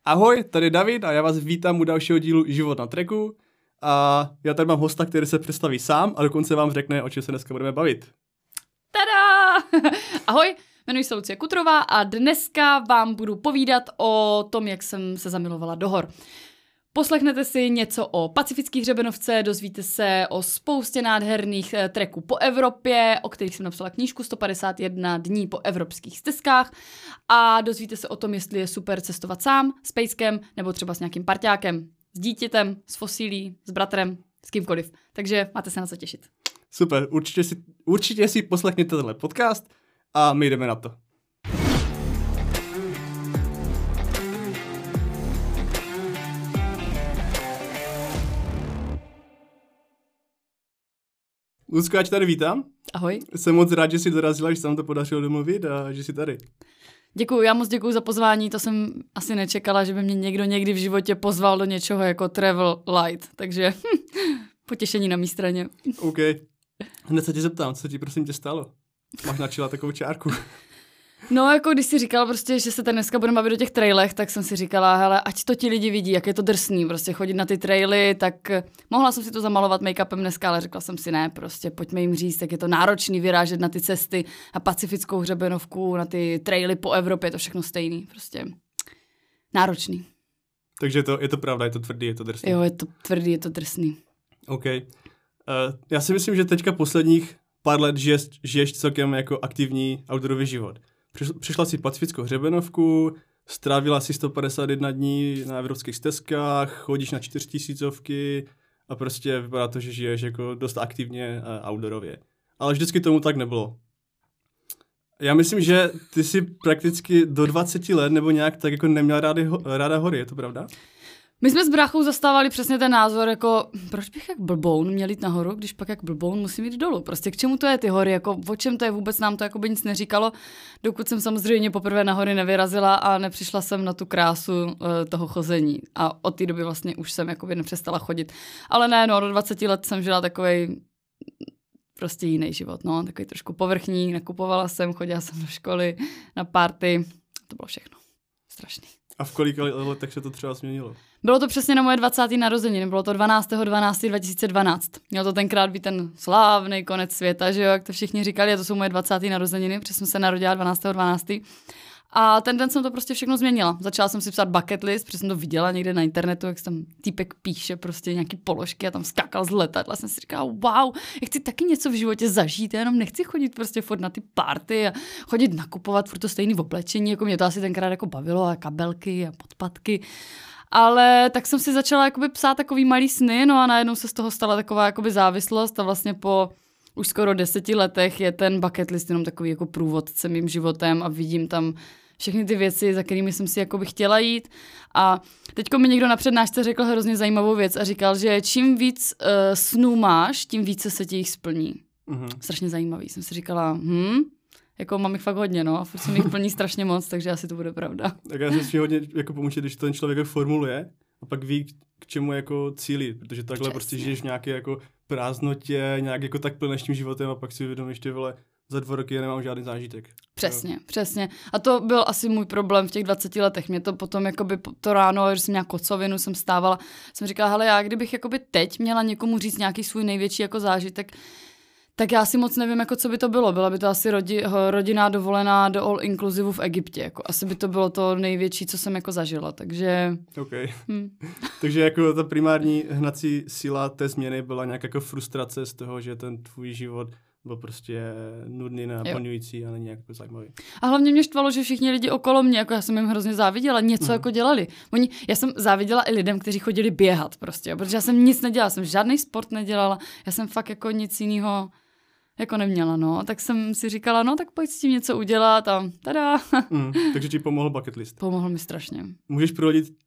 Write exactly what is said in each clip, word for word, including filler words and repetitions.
Ahoj, tady David a já vás vítám u dalšího dílu Život na treku. A já tady mám hosta, který se představí sám a dokonce vám řekne, o čem se dneska budeme bavit. Tada! Ahoj, jmenuji se Lucie Kutrová a dneska vám budu povídat o tom, jak jsem se zamilovala do hor. Poslechnete si něco o pacifických hřebenovce, dozvíte se o spoustě nádherných treků po Evropě, o kterých jsem napsala knížku sto padesát jedna dní po evropských stezkách a dozvíte se o tom, jestli je super cestovat sám, s pejskem nebo třeba s nějakým parťákem, s dítětem, s fosílí, s bratrem, s kýmkoliv. Takže máte se na co těšit. Super, určitě si, určitě si poslechněte tenhle podcast a my jdeme na to. Lucko, já tě tady vítám. Ahoj. Jsem moc rád, že jsi dorazila, že se nám to podařilo domluvit a že jsi tady. Děkuju, já moc děkuju za pozvání, to jsem asi nečekala, že by mě někdo někdy v životě pozval do něčeho jako Travel Light, takže potěšení na mý straně. OK. Hned se tě zeptám, co ti prosím tě stalo? Máš načila takovou čárku? No, jako když jsi říkala prostě, že se tady dneska budeme bavit o těch trailech, tak jsem si říkala, hele, ať to ti lidi vidí, jak je to drsný, prostě chodit na ty traily, tak mohla jsem si to zamalovat make-upem dneska, ale řekla jsem si ne, prostě pojďme jim říct, jak je to náročný vyrážet na ty cesty, na pacifickou hřebenovku, na ty traily po Evropě, je to všechno stejný, prostě náročný. Takže to, je to pravda, je to tvrdý, je to drsný. Jo, je to tvrdý, je to drsný. OK. Uh, já si myslím, že teďka posledních pár let žiješ, žiješ celkem jako aktivní outdoorový život. Přišla si pacifickou hřebenovku, strávila si sto padesát jedna dní na evropských stezkách, chodíš na čtyřtisícovky a prostě vypadá to, že žiješ jako dost aktivně uh, outdoorově. Ale vždycky tomu tak nebylo. Já myslím, že ty si prakticky do dvaceti let nebo nějak tak jako neměla rády, ráda hory, je to pravda? My jsme s bráchou zastávali přesně ten názor, jako proč bych jak blboun měl jít nahoru, když pak jak blboun musím jít dolů. Prostě k čemu to je ty hory, jako o čem to je, vůbec nám to jako by nic neříkalo, dokud jsem samozřejmě poprvé na hory nevyrazila a nepřišla jsem na tu krásu uh, toho chození. A od té doby vlastně už jsem jako by nepřestala chodit. Ale ne, no, do dvaceti let jsem žila takovej prostě jiný život, no, takový trošku povrchní, nakupovala jsem, chodila jsem do školy, na party, to bylo všechno. Strašný. A v kolika letech se to třeba změnilo? Bylo to přesně na moje dvacáté narozeniny, bylo to dvanáctého dvanáctého dva tisíce dvanáct. Měl to tenkrát být ten slávný konec světa, že jo, jak to všichni říkali, a to jsou moje dvacáté narozeniny, protože jsem se narodila dvanáctého dvanáctého A ten den jsem to prostě všechno změnila. Začala jsem si psát bucket list, protože jsem to viděla někde na internetu, jak tam týpek píše prostě nějaký položky a tam skákal z letadla. Jsem si říkala, wow, já chci taky něco v životě zažít, já jenom nechci chodit prostě furt na ty party a chodit nakupovat furt to stejný oblečení, jako mě to asi tenkrát jako bavilo, a kabelky a podpatky. Ale tak jsem si začala jakoby psát takový malý sny, no a najednou se z toho stala taková jakoby závislost a vlastně po už skoro deseti letech je ten bucket list jenom takový jako průvodce mým životem a vidím tam všechny ty věci, za kterými jsem si jakoby chtěla jít. A teďko mi někdo na přednášce řekl hrozně zajímavou věc a říkal, že čím víc uh, snů máš, tím více se ti jich splní. Mm-hmm. Strašně zajímavý. Jsem si říkala, hm, jako mám jich fakt hodně, no, a furt se mi jich plní strašně moc, takže asi to bude pravda. Tak já si hodně jako pomůže, když to ten člověk formuluje a pak ví, k čemu jako cílí, protože takhle Přesně. prostě žiješ v nějaké jako prázdnotě, nějak jako tak plneš tím životem a pak si uvědomíš, ty vole, za dva roky já nemám žádný zážitek. Přesně, jo. přesně. A to byl asi můj problém v těch dvaceti letech. Mě to potom jakoby to ráno, že jsem měla kocovinu, jsem stávala, jsem říkala, hele, já kdybych jakoby teď měla někomu říct nějaký svůj největší jako zážitek, tak já si moc nevím, jako co by to bylo. Byla by to asi rodi, rodinná dovolená do all inclusive v Egyptě. Jako. Asi by to bylo to největší, co jsem jako zažila, takže... OK. Hmm. Takže jako ta primární hnací síla té změny byla nějaká jako frustrace z toho, že ten tvůj život byl prostě nudný, naplňující a není nějak jako zajímavý. A hlavně mě štvalo, že všichni lidi okolo mě, jako já jsem jim hrozně záviděla, něco hmm. jako dělali. Oni, já jsem záviděla i lidem, kteří chodili běhat prostě, protože já jsem nic nedělala, jsem žádný sport nedělala, já jsem fakt jako nic jiného jako neměla, no. Tak jsem si říkala, no tak pojď s tím něco udělat a tada. Mm, takže ti pomohl bucket list. Pomohl mi strašně. Můžeš prohodit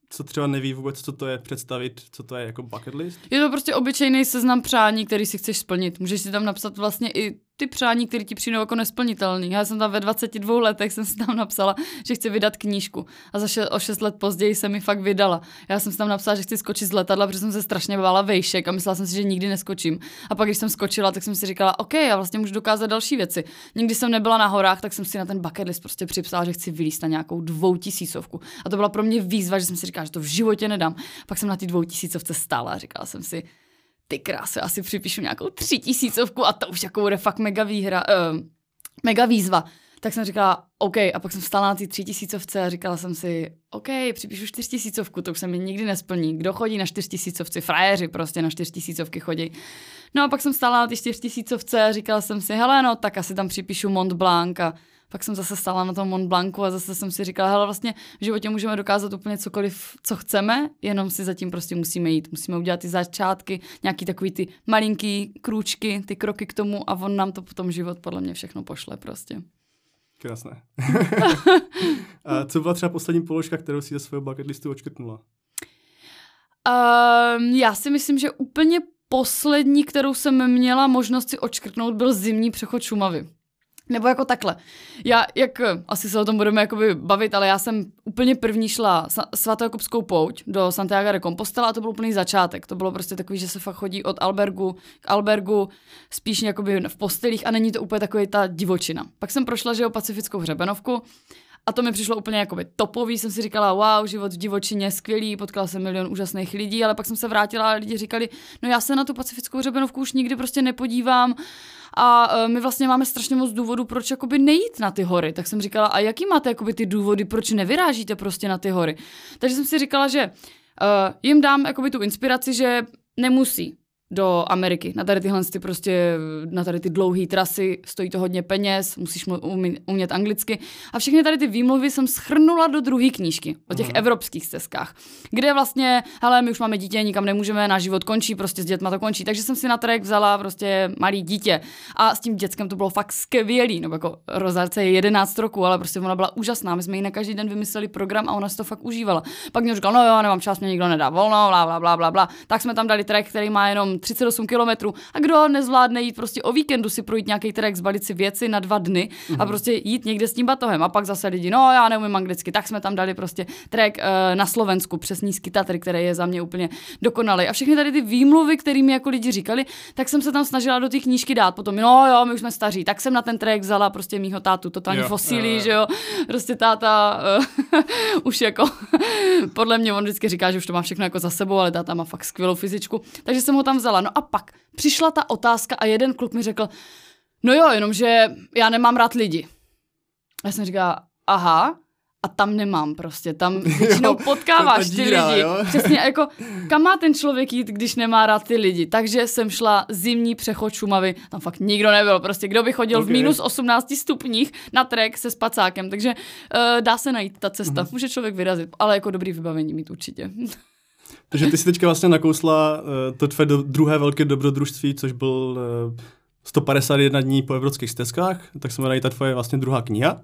co třeba neví vůbec, co to je, představit, co to je jako bucket list? Je to prostě obyčejný seznam přání, který si chceš splnit. Můžeš si tam napsat vlastně i ty přání, které ti přijdou jako nesplnitelný. Já jsem tam ve dvaceti dvou letech jsem si tam napsala, že chci vydat knížku. A za še- o šest let později jsem mi fakt vydala. Já jsem si tam napsala, že chci skočit z letadla, protože jsem se strašně bála vejšek a myslela jsem si, že nikdy neskočím. A pak, když jsem skočila, tak jsem si říkala, OK, já vlastně můžu dokázat další věci. Nikdy jsem nebyla na horách, tak jsem si na ten bucket list prostě připsala, že chci vylízt na nějakou dvoutisícovku. A to byla pro mě výzva, že jsem si říkala, že to v životě nedám. Pak jsem na ty dvoutisícovce stála a říkala jsem si, ty krásy, asi připíšu nějakou třitisícovku a to už jako bude fakt mega výhra, uh, mega výzva. Tak jsem říkala, OK, a pak jsem vstala na ty třitisícovce a říkala jsem si, OK, připíšu čtyřtisícovku, to už se mi nikdy nesplní. Kdo chodí na čtyřtisícovci? Frajeři prostě na čtyřtisícovky chodí. No a pak jsem stála na ty čtyřtisícovce a říkala jsem si, hele no, tak asi tam připíšu Mont Blanc a pak jsem zase stála na tom Mont Blancu a zase jsem si říkala, hele, vlastně v životě můžeme dokázat úplně cokoliv, co chceme, jenom si zatím prostě musíme jít. Musíme udělat ty začátky, nějaký takový ty malinký krůčky, ty kroky k tomu a on nám to potom život podle mě všechno pošle prostě. Krásné. A co byla třeba poslední položka, kterou si ze svého bucket listu odškrtnula? Um, já si myslím, že úplně poslední, kterou jsem měla možnost si odškrtnout, byl zimní přechod Šumavy. Nebo jako takhle. Já, jak, asi se o tom budeme jakoby bavit, ale já jsem úplně první šla svatojakubskou pouť do Santiago de Compostela a to byl úplný začátek. To bylo prostě takový, že se fakt chodí od albergu k albergu, spíš jakoby v postelích a není to úplně takový ta divočina. Pak jsem prošla, že jo, pacifickou hřebenovku a to mi přišlo úplně jakoby topový. Jsem si říkala, wow, život v divočině, skvělý, potkala jsem milion úžasných lidí, ale pak jsem se vrátila a lidi říkali, no já se na tu pacifickou hřebenovku už nikdy prostě nepodívám. A my vlastně máme strašně moc důvodů, proč jakoby nejít na ty hory. Tak jsem říkala, a jaký máte jakoby ty důvody, proč nevyrážíte prostě na ty hory? Takže jsem si říkala, že uh, jim dám jakoby tu inspiraci, že nemusí do Ameriky. Na tady tyhle ty prostě, na tady ty dlouhé trasy, stojí to hodně peněz, musíš umět anglicky. A všechny tady ty výmluvy jsem shrnula do druhé knížky o těch Aha. evropských stezkách, kde vlastně, hele, my už máme dítě, nikam nemůžeme, náš život končí, prostě s dětma to končí. Takže jsem si na trek vzala prostě malý dítě. A s tím dětskem to bylo fakt skvělý, nebo jako Rozárce je jedenáct roků, ale prostě ona byla úžasná. My jsme jí na každý den vymysleli program a ona si to fakt užívala. Pak mě říkal, no jo, nemám čas, mě nikdo nedá volno, bla bla bla bla bla. Tak jsme tam dali trek, který má jenom třicet osm kilometrů a kdo nezvládne jít prostě o víkendu si projít nějaký trek, zbalit si věci na dva dny mm-hmm. a prostě jít někde s tím batohem a pak zase lidi, no já neumím anglicky, tak jsme tam dali prostě trek uh, na Slovensku přes Nízký Tatry, který je za mě úplně dokonalý. A všechny tady ty výmluvy, které mi jako lidi říkali, tak jsem se tam snažila do té knížky dát. Potom, no jo, my už jsme staří, tak jsem na ten trek vzala prostě mýho tátu, totální fosílí, že jo, prostě táta uh, už jako podle mě on vždycky říká, že už to má všechno jako za sebou, ale táta má fakt skvělou fyzičku, takže jsem ho tam vzala. No a pak přišla ta otázka a jeden kluk mi řekl, no jo, jenomže já nemám rád lidi. A já jsem říkala, aha, a tam nemám prostě, tam většinou potkáváš ty díra, lidi. Jo? Přesně, jako kam má ten člověk jít, když nemá rád ty lidi. Takže jsem šla zimní přechod Šumavy, tam fakt nikdo nebyl, prostě kdo by chodil okay. v minus osmnácti stupních na trek se spacákem, takže uh, dá se najít ta cesta, uh-huh. může člověk vyrazit, ale jako dobrý vybavení mít určitě. Takže ty si teďka vlastně nakousla uh, to tvé do, druhé velké dobrodružství, což byl uh, sto padesát jedna dní po evropských stezkách, tak se jmenuje ta tvoje vlastně druhá kniha.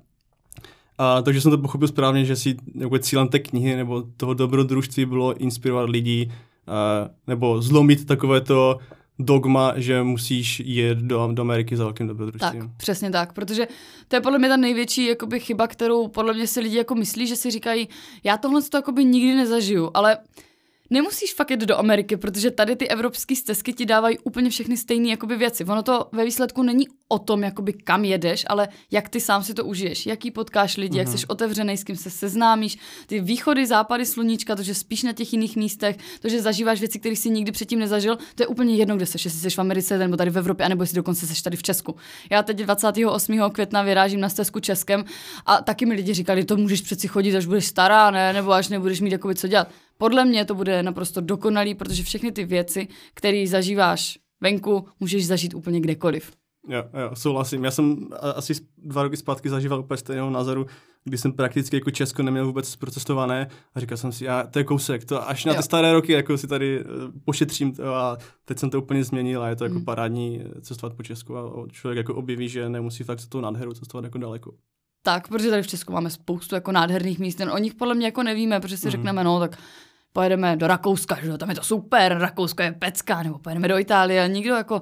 A takže jsem to pochopil správně, že si jako cílem té knihy nebo toho dobrodružství bylo inspirovat lidi uh, nebo zlomit takovéto dogma, že musíš jet do, do Ameriky za velkým dobrodružstvím. Tak, přesně tak, protože to je podle mě ta největší jakoby, chyba, kterou podle mě si lidi jako myslí, že si říkají, já tohle to jakoby nikdy nezažiju, ale nemusíš fakt jít do Ameriky, protože tady ty evropské stezky ti dávají úplně všechny stejné jakoby věci. Ono to ve výsledku není o tom, jakoby kam jedeš, ale jak ty sám si to užiješ, jaký potkáš lidi, mm-hmm. jak jsi otevřený, s kým se seznámíš, ty východy, západy sluníčka, to, že spíš na těch jiných místech, to, že zažíváš věci, které jsi nikdy předtím nezažil, to je úplně jedno, kde seš, jestli seš v Americe nebo tady v Evropě, anebo jestli dokonce seš tady v Česku. Já teď dvacátého osmého května vyrážím na stezku Českem a taky mi lidi říkali, to můžeš přeci chodit, až budeš stará, ne, nebo až nebudeš mít jakoby co dělat. Podle mě to bude naprosto dokonalý, protože všechny ty věci, které zažíváš venku, můžeš zažít úplně kdekoliv. Jo, jo, souhlasím. Já jsem asi dva roky zpátky zažíval úplně stejného názoru, kdy jsem prakticky jako Česko neměl vůbec procestované a říkal jsem si, já, to je kousek, to až na ty staré roky jako si tady pošetřím to a teď jsem to úplně změnil a je to jako mm. parádní cestovat po Česku a člověk jako objeví, že nemusí fakt za tou nádheru cestovat jako daleko. tak, protože tady v Česku máme spoustu jako nádherných míst, o nich podle mě jako nevíme, protože si mm. řekneme, no tak pojedeme do Rakouska, že tam je to super, Rakousko je pecka, nebo pojedeme do Itálie a nikdo jako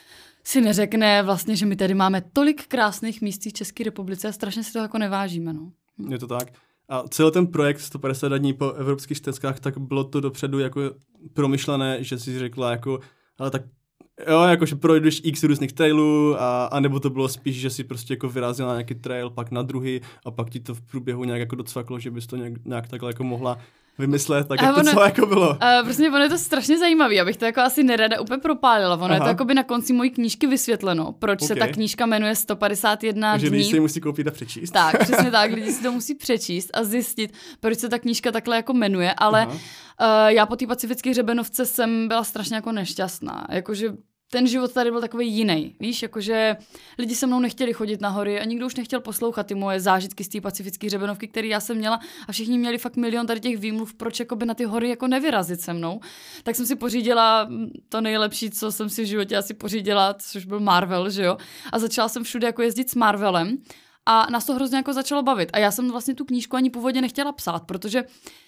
si neřekne vlastně, že my tady máme tolik krásných míst v České republice a strašně si to jako nevážíme, no. Je to tak. A celý ten projekt sto padesát dní po evropských čtyřkách, tak bylo to dopředu jako promyšlené, že si řekla jako, ale tak jo, jakože projdeš x různých trailů, a, a nebo to bylo spíš, že si prostě jako vyrazila na nějaký trail, pak na druhý a pak ti to v průběhu nějak jako docvaklo, že bys to nějak, nějak takhle jako mohla vymyslet, tak jak to celé jako bylo. Uh, prostě ono je to strašně zajímavý, abych to jako asi nerada úplně propálila. Ono Aha. je to jako by na konci mojí knížky vysvětleno, proč okay. se ta knížka jmenuje sto padesát jedna Takže dní. lidi si ji musí koupit a přečíst. Tak, přesně tak, lidi si to musí přečíst a zjistit, proč se ta knížka takhle jako jmenuje, ale uh, já po té pacifické hřebenovce jsem byla strašně jako nešťastná, jakože ten život tady byl takový jiný, víš, jakože lidi se mnou nechtěli chodit na hory a nikdo už nechtěl poslouchat ty moje zážitky z té pacifické hřebenovky, které já jsem měla a všichni měli fakt milion tady těch výmluv, proč jakoby na ty hory jako nevyrazit se mnou. Tak jsem si pořídila to nejlepší, co jsem si v životě asi pořídila, což byl Marvel, že jo, a začala jsem všude jako jezdit s Marvelem a nás to hrozně jako začalo bavit a já jsem vlastně tu knížku ani původně nechtěla psát, protože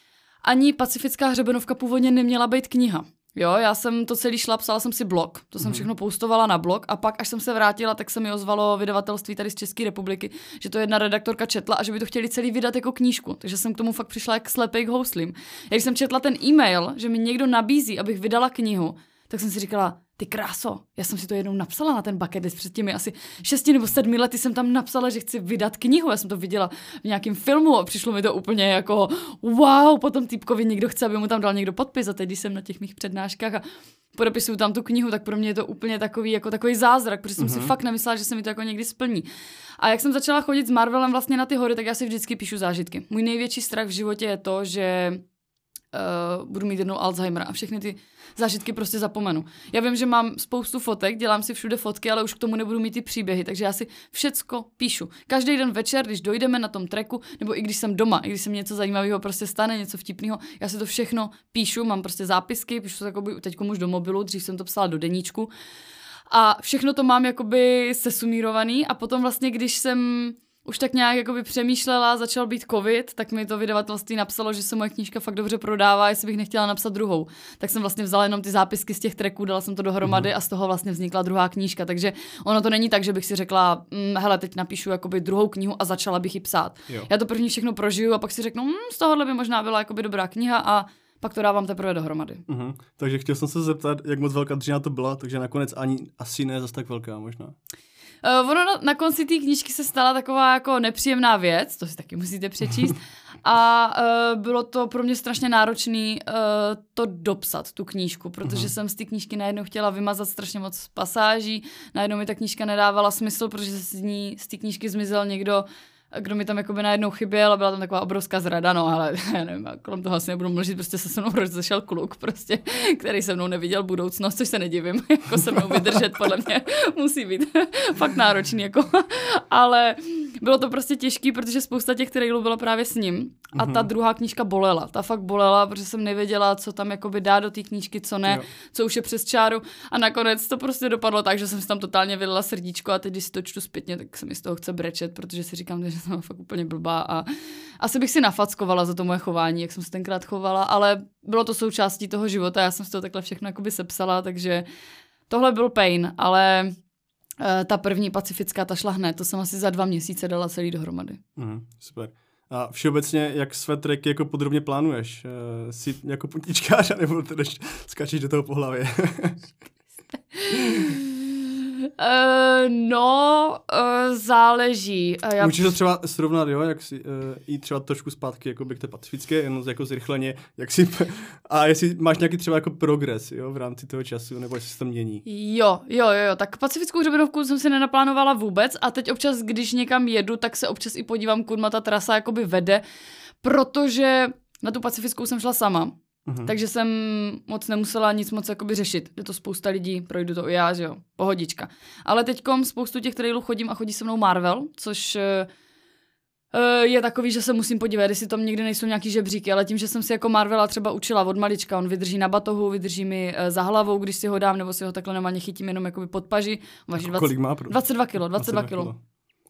ani pacifická hřebenovka původně neměla být kniha. Jo, já jsem to celý šla, psala jsem si blog, to jsem všechno postovala na blog a pak, až jsem se vrátila, tak se mi ozvalo vydavatelství tady z České republiky, že to jedna redaktorka četla a že by to chtěli celý vydat jako knížku, takže jsem k tomu fakt přišla jak slepej k houslím. Když jsem četla ten e-mail, že mi někdo nabízí, abych vydala knihu, tak jsem si říkala, ty kráso, já jsem si to jednou napsala na ten bucket list před těmi asi šesti nebo sedmi lety jsem tam napsala, že chci vydat knihu, já jsem to viděla v nějakém filmu a přišlo mi to úplně jako wow, potom týpkovi někdo chce, aby mu tam dal někdo podpis a teď, když jsem na těch mých přednáškách a podepisuju tam tu knihu, tak pro mě je to úplně takový, jako takový zázrak, protože jsem mm-hmm. si fakt nemyslela, že se mi to jako někdy splní. A jak jsem začala chodit s Marvelem vlastně na ty hory, tak já si vždycky píšu zážitky. Můj největší strach v životě je to, že Uh, budu mít jednou Alzheimera a všechny ty zážitky prostě zapomenu. Já vím, že mám spoustu fotek, dělám si všude fotky, ale už k tomu nebudu mít ty příběhy, takže já si všecko píšu. Každý den večer, když dojdeme na tom treku, nebo i když jsem doma, i když se mi něco zajímavého prostě stane, něco vtipného, já si to všechno píšu, mám prostě zápisky, píšu to jakoby teďkom už do mobilu, dřív jsem to psala do deníčku a všechno to mám jakoby sesumírovaný a potom vlastně, když jsem už tak nějak jakoby přemýšlela, začal být covid, tak mi to vydavatelství napsalo, že se moje knížka fakt dobře prodává, jestli bych nechtěla napsat druhou. Tak jsem vlastně vzala jenom ty zápisky z těch tracků, dala jsem to dohromady mm. a z toho vlastně vznikla druhá knížka. Takže ono to není tak, že bych si řekla, hm, hele, teď napíšu jakoby druhou knihu a začala bych ji psát. Jo. Já to první všechno prožiju a pak si řeknu, hm, z tohohle by možná byla jakoby dobrá kniha a pak to dávám teprve dohromady. Mm-hmm. Takže chtěl jsem se zeptat, jak moc velká dřina to byla, takže nakonec ani asi ne zas tak velká možná. Uh, ono na, na konci té knížky se stala taková jako nepříjemná věc, to si taky musíte přečíst, a uh, bylo to pro mě strašně náročný uh, to dopsat, tu knížku, protože uh-huh. jsem z té knížky najednou chtěla vymazat strašně moc pasáží, najednou mi ta knížka nedávala smysl, protože se z ní, z té knížky zmizel někdo, kdo mi tam jakoby najednou chyběl a byla tam taková obrovská zrada, no ale já nevím, kolem toho asi nebudu mlžit, prostě se se mnou rozešel kluk, prostě, který se mnou neviděl budoucnost, což se nedivím, jako se mnou vydržet, podle mě musí být fakt náročný, jako, ale bylo to prostě těžký, protože spousta těch trailů bylo právě s ním a ta druhá knížka bolela, ta fakt bolela, protože jsem nevěděla, co tam jakoby dá do té knížky, co ne, jo. co už je přes čáru a nakonec to prostě dopadlo tak, že jsem si tam totálně vylila srdíčko a teď, když si to čtu zpětně, tak se mi z toho chce brečet, protože si říkám, že jsem fakt úplně blbá a asi bych si nafackovala za to moje chování, jak jsem se tenkrát chovala, ale bylo to součástí toho života, já jsem si to takhle všechno jakoby sepsala, takže tohle byl pain, ale uh, ta první pacifická, ta šla hned, to jsem asi za dva měsíce dala celý dohromady. Mm, super. A všeobecně, jak své tracky jako podrobně plánuješ? Uh, jsi jako puntičkář, nebo teda skáčeš do toho po hlavě? Uh, no, uh, záleží. Uh, já... Můžeš to třeba srovnat, jo, jak si uh, jít třeba trošku zpátky jako by k té pacifické, jenom jako zrychleně, jak si, a jestli máš nějaký třeba jako progres, jo, v rámci toho času, nebo jestli se to mění. Jo, jo, jo, tak pacifickou hřebenovku jsem si nenaplánovala vůbec a teď občas, když někam jedu, tak se občas i podívám, kudy ta trasa jakoby vede, protože na tu pacifickou jsem šla sama. Uhum. Takže jsem moc nemusela nic moc jakoby řešit. Je to spousta lidí, projdu to i já, že jo, pohodička. Ale teďkom spoustu těch trailů chodím a chodí se mnou Marvel, což uh, je takový, že se musím podívat, jestli tam někde nejsou nějaký žebříky, ale tím, že jsem si jako Marvela třeba učila od malička, on vydrží na batohu, vydrží mi uh, za hlavou, když si ho dám, nebo si ho takhle normálně chytím jenom jakoby pod paži. Váží dvacet, kolik má? dvacet dva kilo, dvacet dva kilo.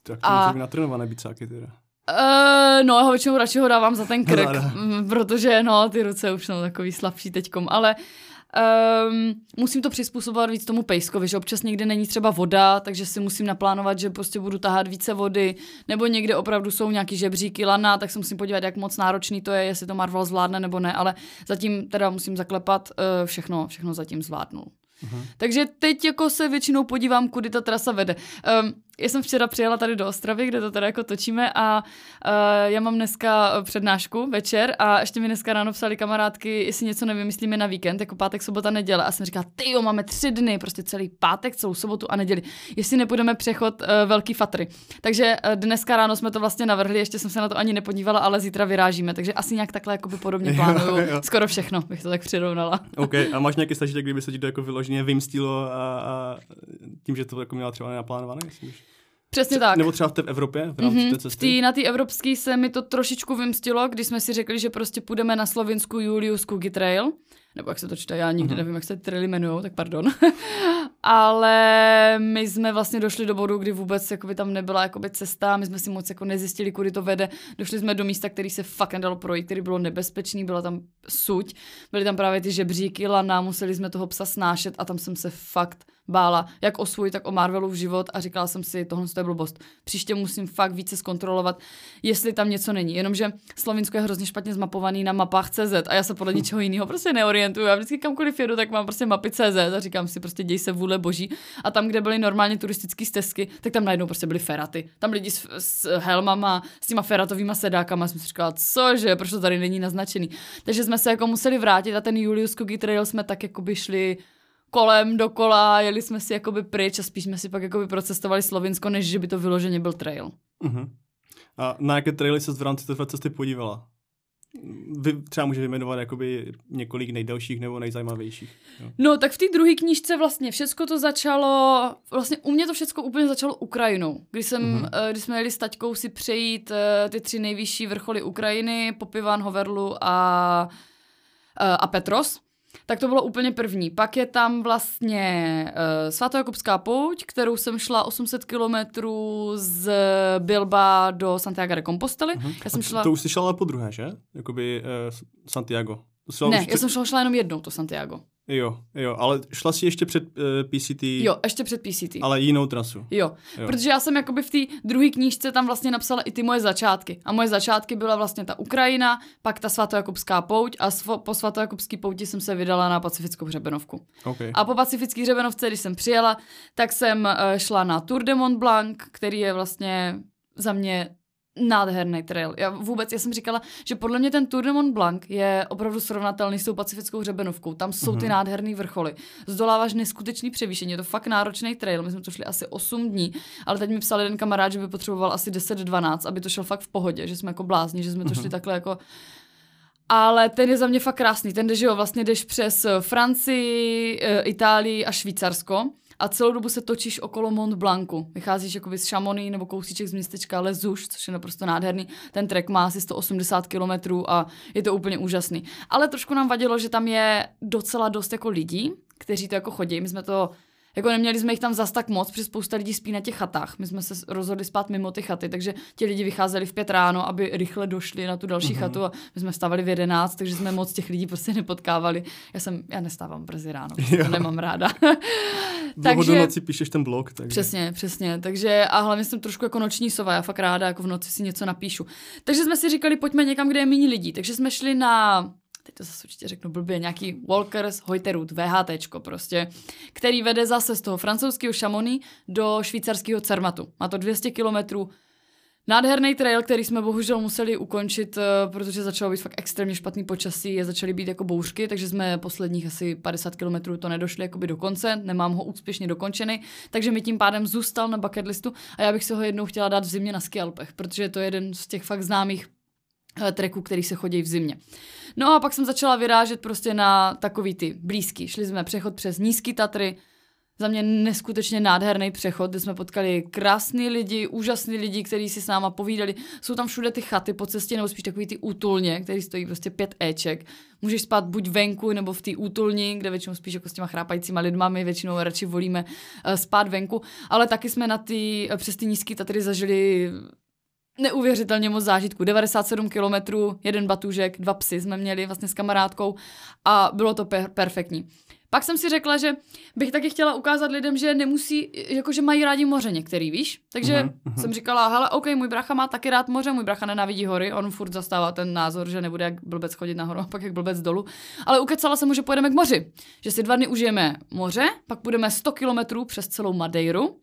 Tak to a... může být natrénované bicáky teda. Uh, no, já ho většinou radši ho dávám za ten krk, no, protože no, ty ruce už jsou takový slabší teďkom, ale um, musím to přizpůsobovat víc tomu pejskovi, že občas někde není třeba voda, takže si musím naplánovat, že prostě budu tahat více vody, nebo někde opravdu jsou nějaký žebříky, lana, tak se musím podívat, jak moc náročný to je, jestli to Marvel zvládne nebo ne, ale zatím teda musím zaklepat, uh, všechno, všechno zatím zvládnul. Uhum. Takže teď jako se většinou podívám, kudy ta trasa vede. Um, já jsem včera přijela tady do Ostravy, kde to teda jako točíme a uh, já mám dneska přednášku večer a ještě mi dneska ráno psali kamarádky, jestli něco nevymyslíme na víkend, jako pátek, sobota, neděle a jsem říkala, tyjo, máme tři dny, prostě celý pátek, celou sobotu a neděli, jestli nepůjdeme přechod uh, Velký Fatry. Takže uh, dneska ráno jsme to vlastně navrhli, ještě jsem se na to ani nepodívala, ale zítra vyrážíme, takže asi nějak takhle jakoby podobně plánuju, jo, jo. Skoro všechno bych to tak přirovnala. OK, a máš nějaký stačítek, kdyby se ti to jako vyloženě vymstilo a, a tím, že to jako měla třeba nenaplánované, myslíš? Přesně tak. Nebo třeba v té Evropě, v rámci mm-hmm. té cesty? Tý, na té evropské se mi to trošičku vymstilo, když jsme si řekli, že prostě půjdeme na slovinskou Julius Kugi Trail, nebo jak se to čte, já nikdy mm-hmm. nevím, jak se ty traily jmenujou, tak pardon. Ale my jsme vlastně došli do bodu, kdy vůbec jakoby, tam nebyla jakoby, cesta, my jsme si moc jako nezjistili, kudy to vede. Došli jsme do místa, který se fakt nedalo projít, který bylo nebezpečný, byla tam suť, byly tam právě ty žebříky, lana, museli jsme toho psa snášet a tam jsem se fakt bála, jak o svůj, tak o Marvelův život a říkala jsem si, tohle je blbost. Příště musím fakt více zkontrolovat, jestli tam něco není. Jenomže Slovinsko je hrozně špatně zmapovaný na mapách C Z a já se podle ničeho jiného prostě neorientuju. Já vždycky kamkoliv jedu, tak mám prostě mapy C Z a říkám si prostě děj se vůle boží. A tam, kde byly normálně turistické stezky, tak tam najednou prostě byly feraty. Tam lidi s, s helmama, s těma feratovýma sedákama, jsem si říkala, cože, proč to tady není naznačený. Takže jsme se jako museli vrátit a ten Julius Kugi Trail jsme tak jakoby šli kolem, dokola, jeli jsme si jakoby pryč a spíš jsme si pak jakoby procestovali Slovinsko, než že by to vyloženě byl trail. Uh-huh. A na jaké traily se v rámci té cesty podívala? Vy třeba může vyjmenovat jakoby několik nejdelších nebo nejzajímavějších. Jo. No, tak v té druhé knížce vlastně všecko to začalo, vlastně u mě to všecko úplně začalo Ukrajinou. Když, jsem, uh-huh. když jsme jeli s taťkou si přejít ty tři nejvyšší vrcholy Ukrajiny, Popivan, Hoverlu a, a Petros, tak to bylo úplně první. Pak je tam vlastně uh, svatojakubská pouť, kterou jsem šla osm set kilometrů z Bilba do Santiago de Compostely. Uh-huh. Já jsem šla... To už jsi šla ale po druhé, že? Jakoby uh, Santiago. Ne, už... já jsem šla, šla jenom jednou to Santiago. Jo, jo, ale šla si ještě před uh, P C T. Jo, ještě před P C T. Ale jinou trasu. Jo, jo. Protože já jsem jakoby v té druhé knížce tam vlastně napsala i ty moje začátky. A moje začátky byla vlastně ta Ukrajina, pak ta svatojakubská pouť a svo, po svatojakubské pouti jsem se vydala na pacifickou hřebenovku. Okay. A po pacifické hřebenovce, když jsem přijela, tak jsem uh, šla na Tour de Mont Blanc, který je vlastně za mě nádherný trail. Já vůbec, já jsem říkala, že podle mě ten Tour de Mont Blanc je opravdu srovnatelný s tou pacifickou hřebenovkou. Tam jsou uh-huh. ty nádherný vrcholy. Zdoláváš neskutečný převýšení. Je to fakt náročný trail. My jsme to šli asi osm dní, ale teď mi psal jeden kamarád, že by potřeboval asi deset dvanáct, aby to šel fakt v pohodě, že jsme jako blázni, že jsme to uh-huh. šli takhle jako. Ale ten je za mě fakt krásný. Ten jde, že jo, vlastně jdeš přes Francii, Itálii a Švýcarsko. A celou dobu se točíš okolo Mont Blancu. Vycházíš jakoby z Chamonix nebo kousíček z městečka Les Houches, což je naprosto nádherný. Ten trek má asi sto osmdesát kilometrů a je to úplně úžasný. Ale trošku nám vadilo, že tam je docela dost jako lidí, kteří to jako chodí. My jsme to Jako neměli jsme jich tam zas tak moc, protože spousta lidí spí na těch chatách. My jsme se rozhodli spát mimo ty chaty, takže ti lidi vycházeli v pět ráno, aby rychle došli na tu další mm-hmm. chatu a my jsme vstávali v jedenáct, takže jsme moc těch lidí prostě nepotkávali. Já jsem, já nestávám brzy ráno, to nemám ráda. Dlouho do noci píšeš ten blog. Takže. Přesně, přesně. Takže a hlavně jsem trošku jako noční sova, já fakt ráda jako v noci si něco napíšu. Takže jsme si říkali, pojďme někam, kde je méně lidí. Takže jsme šli na... teď to zase určitě řeknu blbě, nějaký Walkers Heuterut, VHTčko prostě, který vede zase z toho francouzského Chamonix do švýcarského Zermattu. Má to dvě stě kilometrů. Nádherný trail, který jsme bohužel museli ukončit, protože začalo být fakt extrémně špatný počasí a začaly být jako bouřky, takže jsme posledních asi padesát kilometrů to nedošli jakoby do konce, nemám ho úspěšně dokončený, takže mi tím pádem zůstal na bucket listu a já bych se ho jednou chtěla dát v zimě na ski Alpech, protože je to jeden z těch fakt známých treků, který se chodí v zimě. No a pak jsem začala vyrážet prostě na takový ty blízký. Šli jsme přechod přes Nízký Tatry, za mě neskutečně nádherný přechod, kde jsme potkali krásný lidi, úžasný lidi, kteří si s náma povídali. Jsou tam všude ty chaty po cestě, nebo spíš takový ty útulně, který stojí prostě pět éček. Můžeš spát buď venku, nebo v té útulni, kde většinou spíš jako s těma chrápajícíma lidma, my většinou radši volíme uh, spát venku, ale taky jsme na ty, uh, přes ty nízký Tatry zažili neuvěřitelně moc zážitku. devadesát sedm kilometrů, jeden batůžek, dva psy jsme měli vlastně s kamarádkou a bylo to per- perfektní. Pak jsem si řekla, že bych taky chtěla ukázat lidem, že nemusí, jakože mají rádi moře některý, víš? Takže uh-huh. jsem říkala, hele, OK, můj bracha má taky rád moře, můj bracha nenávidí hory, on furt zastává ten názor, že nebude jak blbec chodit nahoru a pak jak blbec dolů. Ale ukecala jsem mu, že pojedeme k moři. Že si dva dny užijeme moře, pak budeme sto kilometrů přes celou Madeiru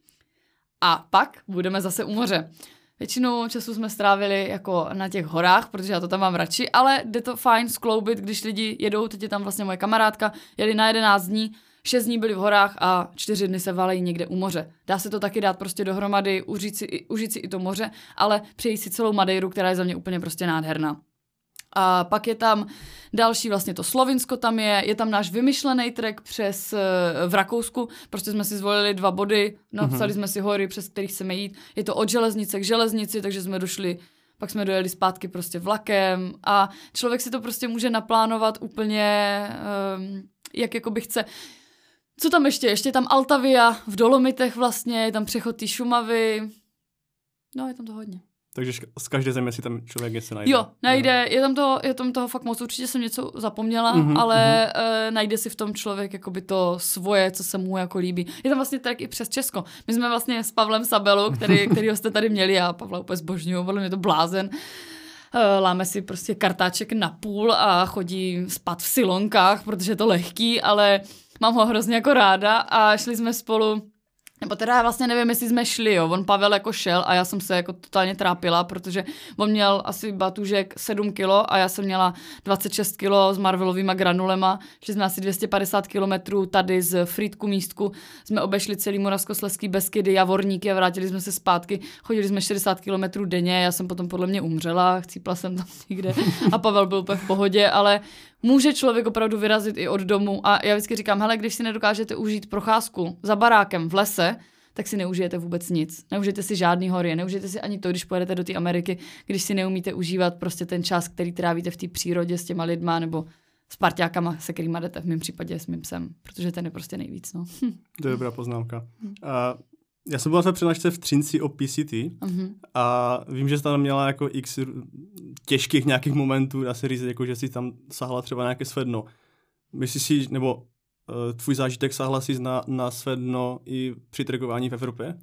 a pak budeme zase u moře. Většinou času jsme strávili jako na těch horách, protože já to tam mám radši, ale jde to fajn skloubit, když lidi jedou, teď je tam vlastně moje kamarádka, jeli na jedenáct dní, šest dní byli v horách a čtyři dny se valejí někde u moře. Dá se to taky dát prostě dohromady, užít si, užít si i to moře, ale přejít si celou Madeiru, která je za mě úplně prostě nádherná. A pak je tam další, vlastně to Slovinsko tam je, je tam náš vymyšlený trek přes v Rakousku, prostě jsme si zvolili dva body, napsali mm-hmm. jsme si hory, přes kterých chceme jít, je to od železnice k železnici, takže jsme došli, pak jsme dojeli zpátky prostě vlakem a člověk si to prostě může naplánovat úplně, um, jak jakoby chce. Co tam ještě? Ještě je tam Altavia v Dolomitech vlastně, je tam přechod té Šumavy, no je tam to hodně. Takže z každé země si tam člověk něco najde. Jo, najde, je tam, to, je tam toho fakt moc, určitě jsem něco zapomněla, mm-hmm, ale mm-hmm. Uh, najde si v tom člověk jakoby to svoje, co se mu jako líbí. Je tam vlastně tak i přes Česko. My jsme vlastně s Pavlem Sabelou, který, kterýho jste tady měli, já Pavla úplně zbožňuju, podle mě to blázen. Uh, láme si prostě kartáček na půl a chodí spát v silonkách, protože je to lehký, ale mám ho hrozně jako ráda a šli jsme spolu. Nebo teda já vlastně nevím, jestli jsme šli, jo. On Pavel jako šel a já jsem se jako totálně trápila, protože on měl asi batůžek sedm kilo a já jsem měla dvacet šest kilo s marvelovýma granulema. Šli jsme asi dvě stě padesát kilometrů tady z Frýdku místku. Jsme obešli celý Moravskoslezský Beskydy, Javorníky a vrátili jsme se zpátky. Chodili jsme šedesát kilometrů denně, já jsem potom podle mě umřela, chcípla jsem tam někde a Pavel byl úplně v pohodě, ale může člověk opravdu vyrazit i od domu a já vždycky říkám, hele, když si nedokážete užít procházku za barákem v lese, tak si neužijete vůbec nic. Neužijete si žádný hory, neužijete si ani to, když pojedete do té Ameriky, když si neumíte užívat prostě ten čas, který trávíte v té přírodě s těma lidma nebo s parťákama, se kterýma jdete, v mém případě s mým psem, protože ten je prostě nejvíc. No. To je dobrá poznámka. Uh, já jsem byla v přednášce v Třinci o P C T uh-huh. a vím, že jsi tam měla jako x těžkých nějakých momentů, dá se říct, jako, že jsi tam sahla třeba nějaké své dno. Myslíš si, nebo uh, tvůj zážitek sahla jsi na, na své dno i při trekování v Evropě?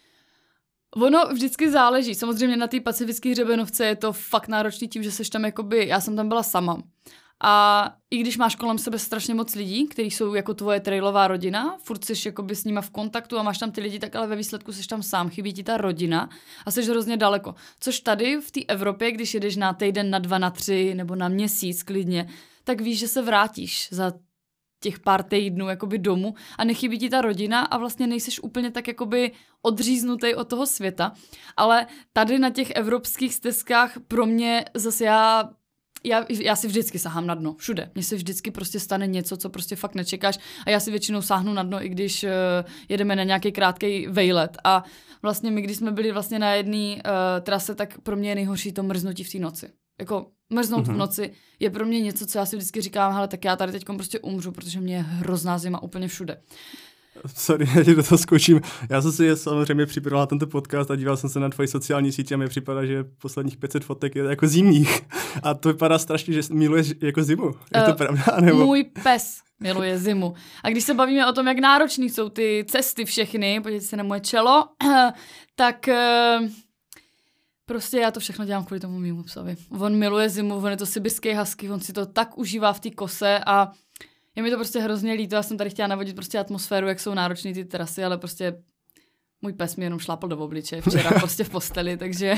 Ono vždycky záleží. Samozřejmě na té pacifické hřebenovce je to fakt náročný tím, že seš tam jakoby, já jsem tam byla sama. A i když máš kolem sebe strašně moc lidí, kteří jsou jako tvoje trailová rodina, furt jsi jakoby s nima v kontaktu a máš tam ty lidi, tak ale ve výsledku jsi tam sám, chybí ti ta rodina a jsi hrozně daleko. Což tady v té Evropě, když jedeš na týden, na dva, na tři nebo na měsíc klidně, tak víš, že se vrátíš za těch pár týdnů jakoby domů a nechybí ti ta rodina a vlastně nejseš úplně tak jakoby odříznutý od toho světa. Ale tady na těch evropských stezkách pro mě zase já Já, já si vždycky sahám na dno, všude. Mně se vždycky prostě stane něco, co prostě fakt nečekáš a já si většinou sáhnu na dno, i když uh, jedeme na nějaký krátký vejlet. A vlastně my, když jsme byli vlastně na jedné uh, trase, tak pro mě je nejhorší to mrznutí v té noci. Jako mrznout mm-hmm. v noci je pro mě něco, co já si vždycky říkám, hele, tak já tady teď prostě umřu, protože mě je hrozná zima úplně všude. Sorry, já ti do toho skočím. Já jsem si samozřejmě připravila tento podcast a díval jsem se na tvoji sociální sítě a mi připadá, že posledních pět set fotek je jako zimních. A to vypadá strašně, že miluješ jako zimu. Je to uh, pravda? Nebo? Můj pes miluje zimu. A když se bavíme o tom, jak náročný jsou ty cesty všechny, podívejte se na moje čelo, tak uh, prostě já to všechno dělám kvůli tomu mému psovi. On miluje zimu, on je to sibirský husky, on si to tak užívá v té kose a je mi to prostě hrozně líto, já jsem tady chtěla navodit prostě atmosféru, jak jsou náročný ty trasy, ale prostě můj pes mi jenom šlápl do obličeje včera prostě v posteli, takže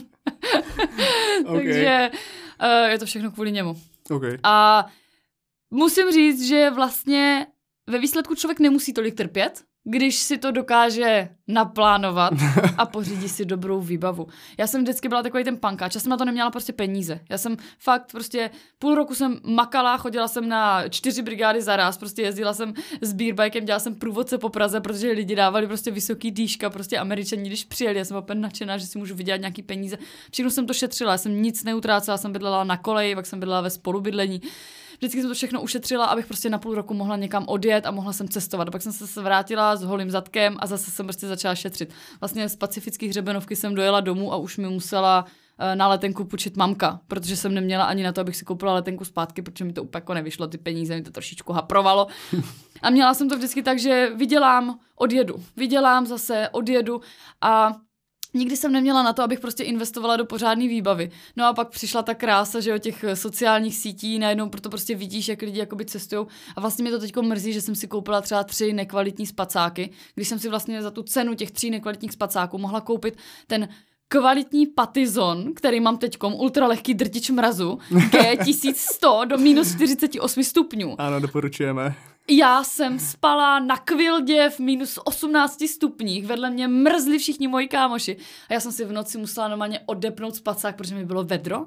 okay. takže uh, je to všechno kvůli němu. Okay. A musím říct, že vlastně ve výsledku člověk nemusí tolik trpět, když si to dokáže naplánovat a pořídí si dobrou výbavu. Já jsem vždycky byla takový ten pankáč, já jsem na to neměla prostě peníze. Já jsem fakt prostě půl roku jsem makala, chodila jsem na čtyři brigády za raz, prostě jezdila jsem s beerbikem, dělala jsem průvodce po Praze, protože lidi dávali prostě vysoký dýška, prostě Američani, když přijeli, já jsem opět nadšená, že si můžu vydělat nějaký peníze. Všechno jsem to šetřila, já jsem nic neutrácela, jsem bydlela na koleji, pak jsem bydlela ve spolubydlení. Vždycky jsem to všechno ušetřila, abych prostě na půl roku mohla někam odjet a mohla jsem cestovat. Pak jsem se vrátila s holým zadkem a zase jsem prostě začala šetřit. Vlastně z pacifické hřebenovky jsem dojela domů a už mi musela na letenku půjčit mamka, protože jsem neměla ani na to, abych si koupila letenku zpátky, protože mi to úplně jako nevyšlo, ty peníze mi to trošičku haprovalo. A měla jsem to vždycky tak, že vydělám, odjedu. Vydělám zase, odjedu a nikdy jsem neměla na to, abych prostě investovala do pořádné výbavy. No a pak přišla ta krása, že o těch sociálních sítí, najednou proto prostě vidíš, jak lidi jakoby cestujou. A vlastně mě to teďko mrzí, že jsem si koupila třeba tři nekvalitní spacáky, když jsem si vlastně za tu cenu těch tří nekvalitních spacáků mohla koupit ten kvalitní Patizon, který mám teďkom, ultralehký drtič mrazu, G tisíc sto do minus čtyřicet osm stupňů. Ano, doporučujeme. Já jsem spala na kvildě v minus osmnácti stupních, vedle mě mrzli všichni moji kámoši a já jsem si v noci musela normálně odepnout spacák, protože mi bylo vedro.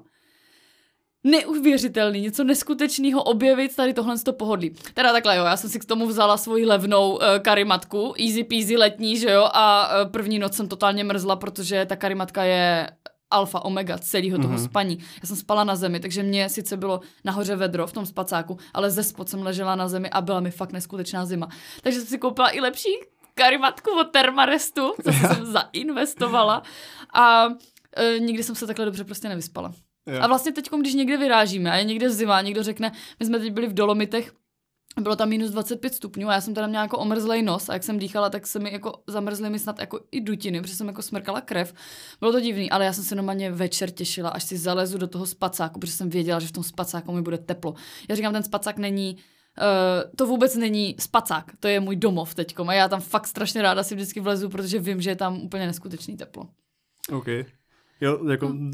Neuvěřitelný, něco neskutečného objevit tady tohle z toho pohodlí. Teda takhle jo, já jsem si k tomu vzala svoji levnou uh, karimatku, easy peasy letní, že jo, a uh, první noc jsem totálně mrzla, protože ta karimatka je alfa, omega celého toho mm-hmm. spaní. Já jsem spala na zemi, takže mě sice bylo nahoře vedro v tom spacáku, ale ze spod jsem ležela na zemi a byla mi fakt neskutečná zima. Takže jsem si koupila i lepší karimatku od Thermarestu, co jsem zainvestovala a e, nikdy jsem se takhle dobře prostě nevyspala. Yeah. A vlastně teď, když někde vyrážíme a je někde zima, někdo řekne, my jsme teď byli v Dolomitech, bylo tam minus dvacet pět stupňů a já jsem teda měla jako omrzlej nos a jak jsem dýchala, tak se mi jako zamrzly mi snad jako i dutiny, protože jsem jako smrkala krev. Bylo to divný, ale já jsem se normálně večer těšila, až si zalezu do toho spacáku, protože jsem věděla, že v tom spacáku mi bude teplo. Já říkám, ten spacák není, uh, to vůbec není spacák, to je můj domov teďkom a já tam fakt strašně ráda si vždycky vlezu, protože vím, že je tam úplně neskutečný teplo. OK. Jo, jako... Hmm.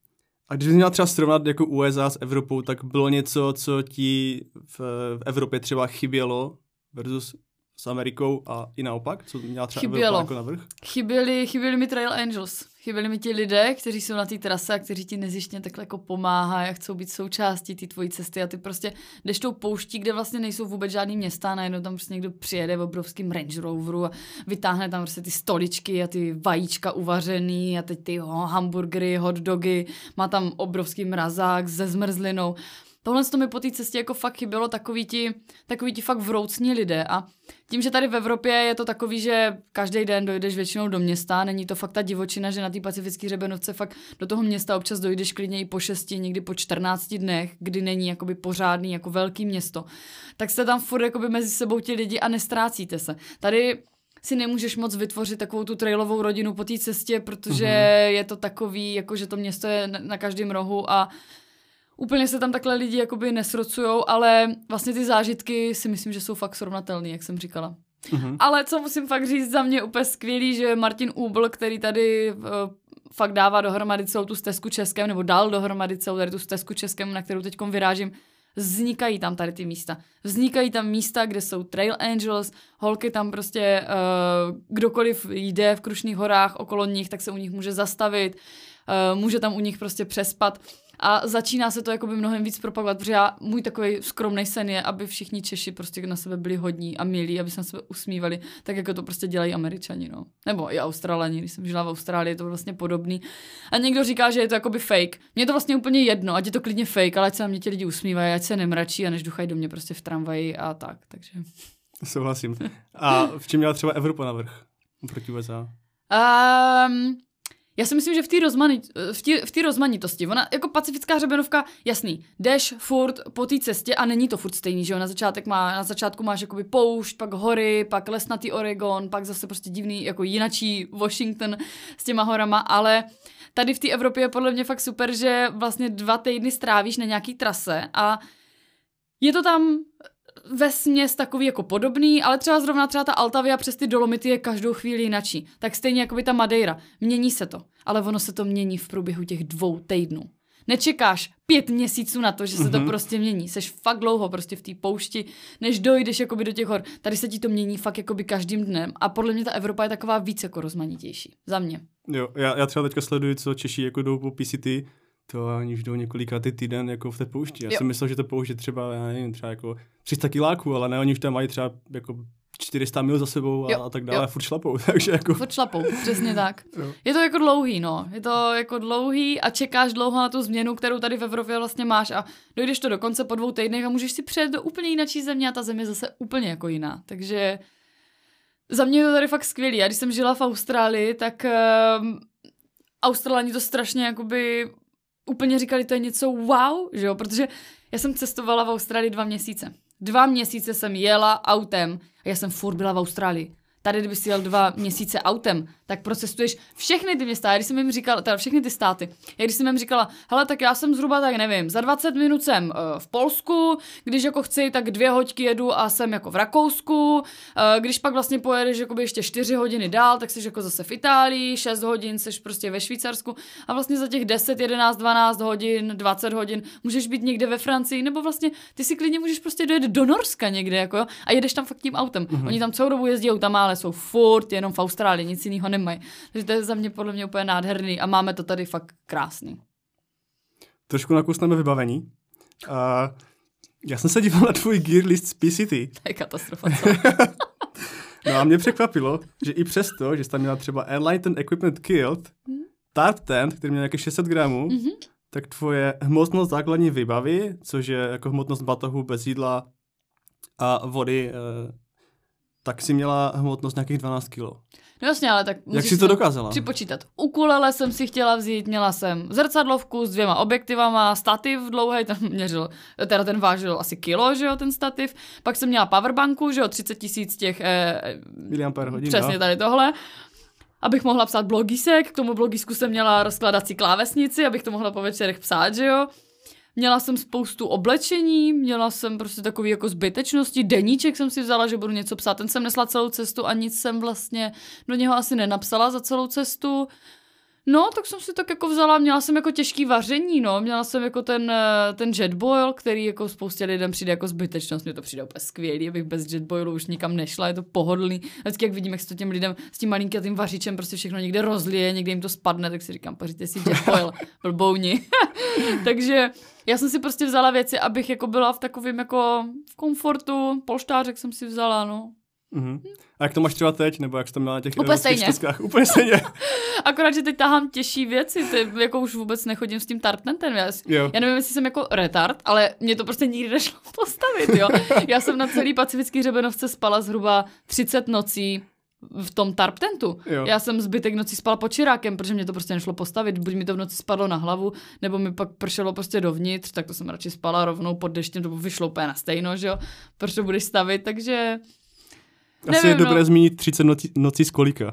A když jsi měla třeba srovnat jako U S A s Evropou, tak bylo něco, co ti v, v Evropě třeba chybělo versus s Amerikou a i naopak? Co měla třeba chybělo. Evropa jako navrch? Chyběli, chyběli mi Trail Angels. Chyběli mi ti lidé, kteří jsou na té trase a kteří ti nezištně takhle jako pomáhají a chcou být součástí té tvojí cesty a ty prostě jdeš tou pouští, kde vlastně nejsou vůbec žádný města, najednou tam prostě někdo přijede v obrovským Range Roveru a vytáhne tam prostě ty stoličky a ty vajíčka uvařený a teď ty oh, hamburgery, hot dogy, má tam obrovský mrazák se zmrzlinou. Tohle to mi po té cestě jako fakt chybělo, takový ti, takový ti fakt vroucní lidé a tím, že tady v Evropě je to takový, že každý den dojdeš většinou do města, není to fakt ta divočina, že na té pacifické hřebenovce fakt do toho města občas dojdeš klidně i po šesti, někdy po čtrnácti dnech, kdy není jakoby pořádný jako velký město, tak jste tam furt jakoby mezi sebou ti lidi a nestrácíte se. Tady si nemůžeš moc vytvořit takovou tu trailovou rodinu po té cestě, protože mm-hmm. je to takový, jako že to město je na, na každém rohu a úplně se tam takhle lidi jakoby nesrocujou, ale vlastně ty zážitky si myslím, že jsou fakt srovnatelný, jak jsem říkala. Mm-hmm. Ale co musím fakt říct za mě úplně skvělý, že Martin Úbl, který tady uh, fakt dává dohromady celou tu stezku Českem, nebo dal dohromady celou tady tu stezku Českem, na kterou teďkom vyrážím, vznikají tam tady ty místa. Vznikají tam místa, kde jsou Trail Angels, holky tam prostě, uh, kdokoliv jde v Krušných horách okolo nich, tak se u nich může zastavit, uh, může tam u nich prostě přespat. A začíná se to jakoby mnohem víc propagovat, protože já, můj takový skromný sen je, aby všichni Češi prostě na sebe byli hodní a milí, aby se na sebe usmívali, tak jako to prostě dělají Američani, no. Nebo i Australani, když jsem žila v Austrálii, to bylo vlastně podobný. A někdo říká, že je to jakoby fake. Mně je to vlastně úplně jedno, ať je to klidně fake, ale ať se na mě ti lidi usmívají, ať se nemračí a než duchají do mě prostě v tramvaji a tak, takže. Souhlasím. A v čem měla třeba Evropa navrch proti U S A? Um, Já si myslím, že v té rozmanit, v rozmanitosti, ona jako pacifická hřebenovka, jasný, jdeš furt po té cestě a není to furt stejný, že jo, na, začátek má, na začátku máš jakoby poušť, pak hory, pak lesnatý Oregon, pak zase prostě divný, jako jinačí Washington s těma horama, ale tady v té Evropě je podle mě fakt super, že vlastně dva týdny strávíš na nějaký trase a je to tam vesměs takový jako podobný, ale třeba zrovna třeba ta Altavia přes ty Dolomity je každou chvíli jinačí. Tak stejně jako by ta Madeira. Mění se to, ale ono se to mění v průběhu těch dvou týdnů. Nečekáš pět měsíců na to, že se mm-hmm. to prostě mění. Seš fakt dlouho prostě v té poušti, než dojdeš jakoby do těch hor. Tady se ti to mění fakt jakoby každým dnem a podle mě ta Evropa je taková víc jako rozmanitější. Za mě. Jo, já, já třeba teďka sleduju, co Češi jako jdou po P C T, to ani už jdou několikátý týden jako v té poušti. Já jo. jsem myslel, že to pouště třeba, já nevím, třeba jako tři sta kiláků, ale ne, oni už tam mají třeba jako čtyři sta mil za sebou a, a tak dále, jo. furt šlapou, takže jako... Furt šlapou, přesně tak. Jo. Je to jako dlouhý, no. Je to jako dlouhý a čekáš dlouho na tu změnu, kterou tady v Evropě vlastně máš a dojdeš to dokonce po dvou týdnech a můžeš si přijet do úplně jináčí země a ta země je zase úplně jako jiná. Takže za mě je to tady fakt skvělý. A když jsem žila v Austrálii, tak um, Australani to strašně jakoby úplně říkali, to je něco wow, že jo, protože já jsem cestovala v Austrálii dva měsíce. Dva měsíce jsem jela autem a já jsem furt byla v Austrálii. Tady, kdyby si jel dva měsíce autem, tak procestuješ všechny ty města. Já když jsem jim říkala, teda všechny ty státy, já když jsem jim říkala, hele, tak já jsem zhruba tak nevím, za dvacet minut jsem uh, v Polsku, když jako chci, tak dvě hoďky jedu a jsem jako v Rakousku, uh, když pak vlastně pojedeš jakoby ještě čtyři hodiny dál, tak jsi jako zase v Itálii, šest hodin jsi prostě ve Švýcarsku a vlastně za těch deset, jedenáct, dvanáct hodin, dvacet hodin můžeš být někde ve Francii, nebo vlastně ty si klidně můžeš prostě dojet do Norska někde, jako jo, a jedeš tam fakt tím autem. Mm-hmm. Oni tam celou dobu jezdí autama, ale jsou furt jenom v Austrálii, nic jiného nemají. Takže to je za mě podle mě úplně nádherný a máme to tady fakt krásný. Trošku nakousneme vybavení. Uh, já jsem se díval na tvůj gear list z P C T. To je katastrofa. No a mě překvapilo, že i přesto, že jsi tam měla třeba Enlightened Equipment Kit, mm. Tarp Tent, který měl nějakých šest set gramů, mm-hmm. tak tvoje hmotnost základní vybavy, což je jako hmotnost batohu bez jídla a vody, uh, tak si měla hmotnost nějakých dvanáct kilo. No jasně, ale tak jak jsi to dokázala? Připočítat. Ukulele jsem si chtěla vzít, měla jsem zrcadlovku s dvěma objektivama, stativ dlouhý, ten měřil, teda ten vážil asi kilo, že jo, ten stativ. Pak jsem měla powerbanku, že jo, třicet tisíc těch eh, miliampér hodin. Přesně no. Tady tohle. Abych mohla psát blogísek, k tomu blogísku jsem měla rozkladací klávesnici, abych to mohla po večerech psát, že jo. Měla jsem spoustu oblečení, měla jsem prostě takový jako zbytečnosti, deníček jsem si vzala, že budu něco psát, ten jsem nesla celou cestu a nic jsem vlastně do něho asi nenapsala za celou cestu. No, tak jsem si tak jako vzala, měla jsem jako těžký vaření, no, měla jsem jako ten, ten jetboil, který jako spoustě lidem přijde jako zbytečnost, mně to přijde úplně skvělý, abych bez jetboilu už nikam nešla, je to pohodlný. Vždycky jak vidím, jak se to těm lidem s tím malinkým vařičem prostě všechno někde rozlije, někde jim to spadne, tak si říkám, pořiďte si jetboil, blbouni. Takže já jsem si prostě vzala věci, abych jako byla v takovém jako v komfortu, polštářek jsem si vzala, no. Mm-hmm. A jak to máš třeba teď, nebo jak jsi to měla na těch Úplně stejně. Čtyřkách? Úplně stejně. Akorát, že teď tahám těžší věci, ty, jako už vůbec nechodím s tím tarpnentem. Já, já nevím, jestli jsem jako retard, ale mě to prostě nikdy nešlo postavit, jo. Já jsem na celý pacifický hřebenovce spala zhruba třicet nocí v tom tarptentu. Jo. Já jsem zbytek nocí spala pod čirákem, protože mě to prostě nešlo postavit. Buď mi to v noci spadlo na hlavu, nebo mi pak pršelo prostě dovnitř, tak to jsem radši spala rovnou pod deštěm, to vyšlo úplně na stejno, že jo. Proč to budeš stavit, takže... Asi nevím, je dobré no. zmínit třicet nocí, nocí z kolika?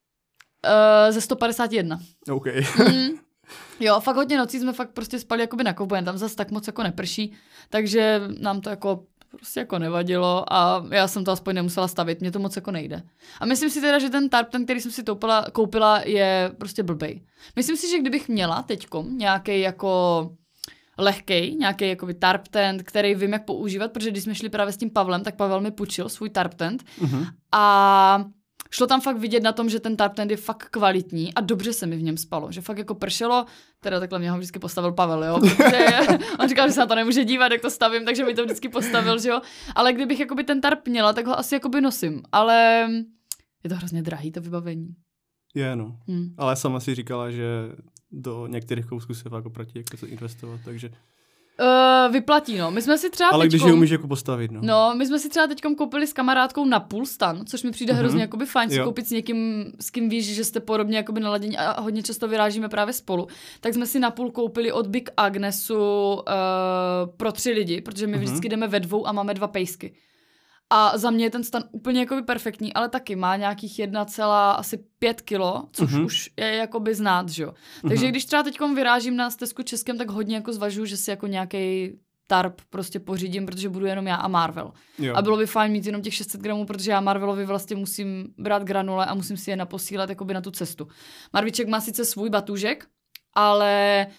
Uh, ze sto padesát jedna. OK. mm. Jo, fakt hodně nocí jsme fakt prostě spali jakoby na koupu, jen tam zase tak moc jako neprší, takže nám to jako prostě jako nevadilo a já jsem to aspoň nemusela stavit, mě to moc jako nejde. A myslím si teda, že ten tarp, ten, který jsem si toupila, koupila, je prostě blbej. Myslím si, že kdybych měla teďkom nějaký jako... lehkej, nějaký jakoby tarp tent, který vím, jak používat, protože když jsme šli právě s tím Pavlem, tak Pavel mi půjčil svůj tarp tent uh-huh. a šlo tam fakt vidět na tom, že ten tarp tent je fakt kvalitní a dobře se mi v něm spalo, že fakt jako pršelo, teda takhle mě ho vždycky postavil Pavel, jo, protože on říkal, že se na to nemůže dívat, jak to stavím, takže mi to vždycky postavil, že jo, ale kdybych jakoby ten tarp měla, tak ho asi jakoby nosím, ale je to hrozně drahý to vybavení. Je, no, hmm. ale sama si říkala, že do některých kousků se fakt oplatí jako se investovat, takže... Uh, vyplatí, no. My jsme si třeba Ale teďkom, když ji umíš jako postavit, no. No, my jsme si třeba teďkom koupili s kamarádkou na půl stan, což mi přijde mm-hmm. hrozně jakoby fajn si koupit s někým, s kým víš, že jste podobně jakoby naladění a hodně často vyrážíme právě spolu. Tak jsme si na půl koupili od Big Agnesu uh, pro tři lidi, protože my mm-hmm. vždycky jdeme ve dvou a máme dva pejsky. A za mě je ten stan úplně jakoby perfektní, ale taky má nějakých jedna celá pět kilo, což uh-huh. už je jakoby znát, že jo. Takže uh-huh. když třeba teďkom vyrážím na stezku Českem, tak hodně jako zvažuji, že si jako nějaký tarp prostě pořídím, protože budu jenom já a Marvel. Jo. A bylo by fajn mít jenom těch šest set gramů, protože já Marvelovi vlastně musím brát granule a musím si je naposílat jakoby na tu cestu. Marviček má sice svůj batůžek, ale...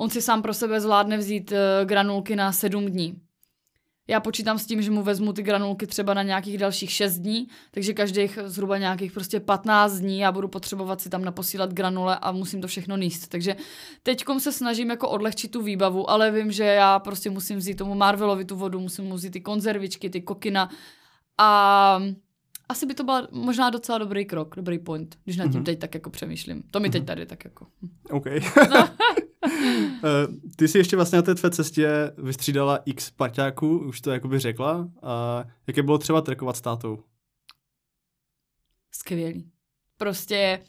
on si sám pro sebe zvládne vzít uh, granulky na sedm dní. Já počítám s tím, že mu vezmu ty granulky třeba na nějakých dalších šest dní, takže každých zhruba nějakých prostě patnáct dní já budu potřebovat si tam naposílat granule a musím to všechno níst. Takže teďkom se snažím jako odlehčit tu výbavu, ale vím, že já prostě musím vzít tomu Marvelovi tu vodu, musím mu vzít ty konzervičky, ty kokina a asi by to byl možná docela dobrý krok, dobrý point, když nad tím mm-hmm. teď tak jako přemýšlím. To mi teď tady tak jako... OK. No. Ty jsi ještě vlastně na té tvé cestě vystřídala x parťáků, už to jakoby řekla. A jaké bylo třeba trekovat s tátou? Skvělý. Prostě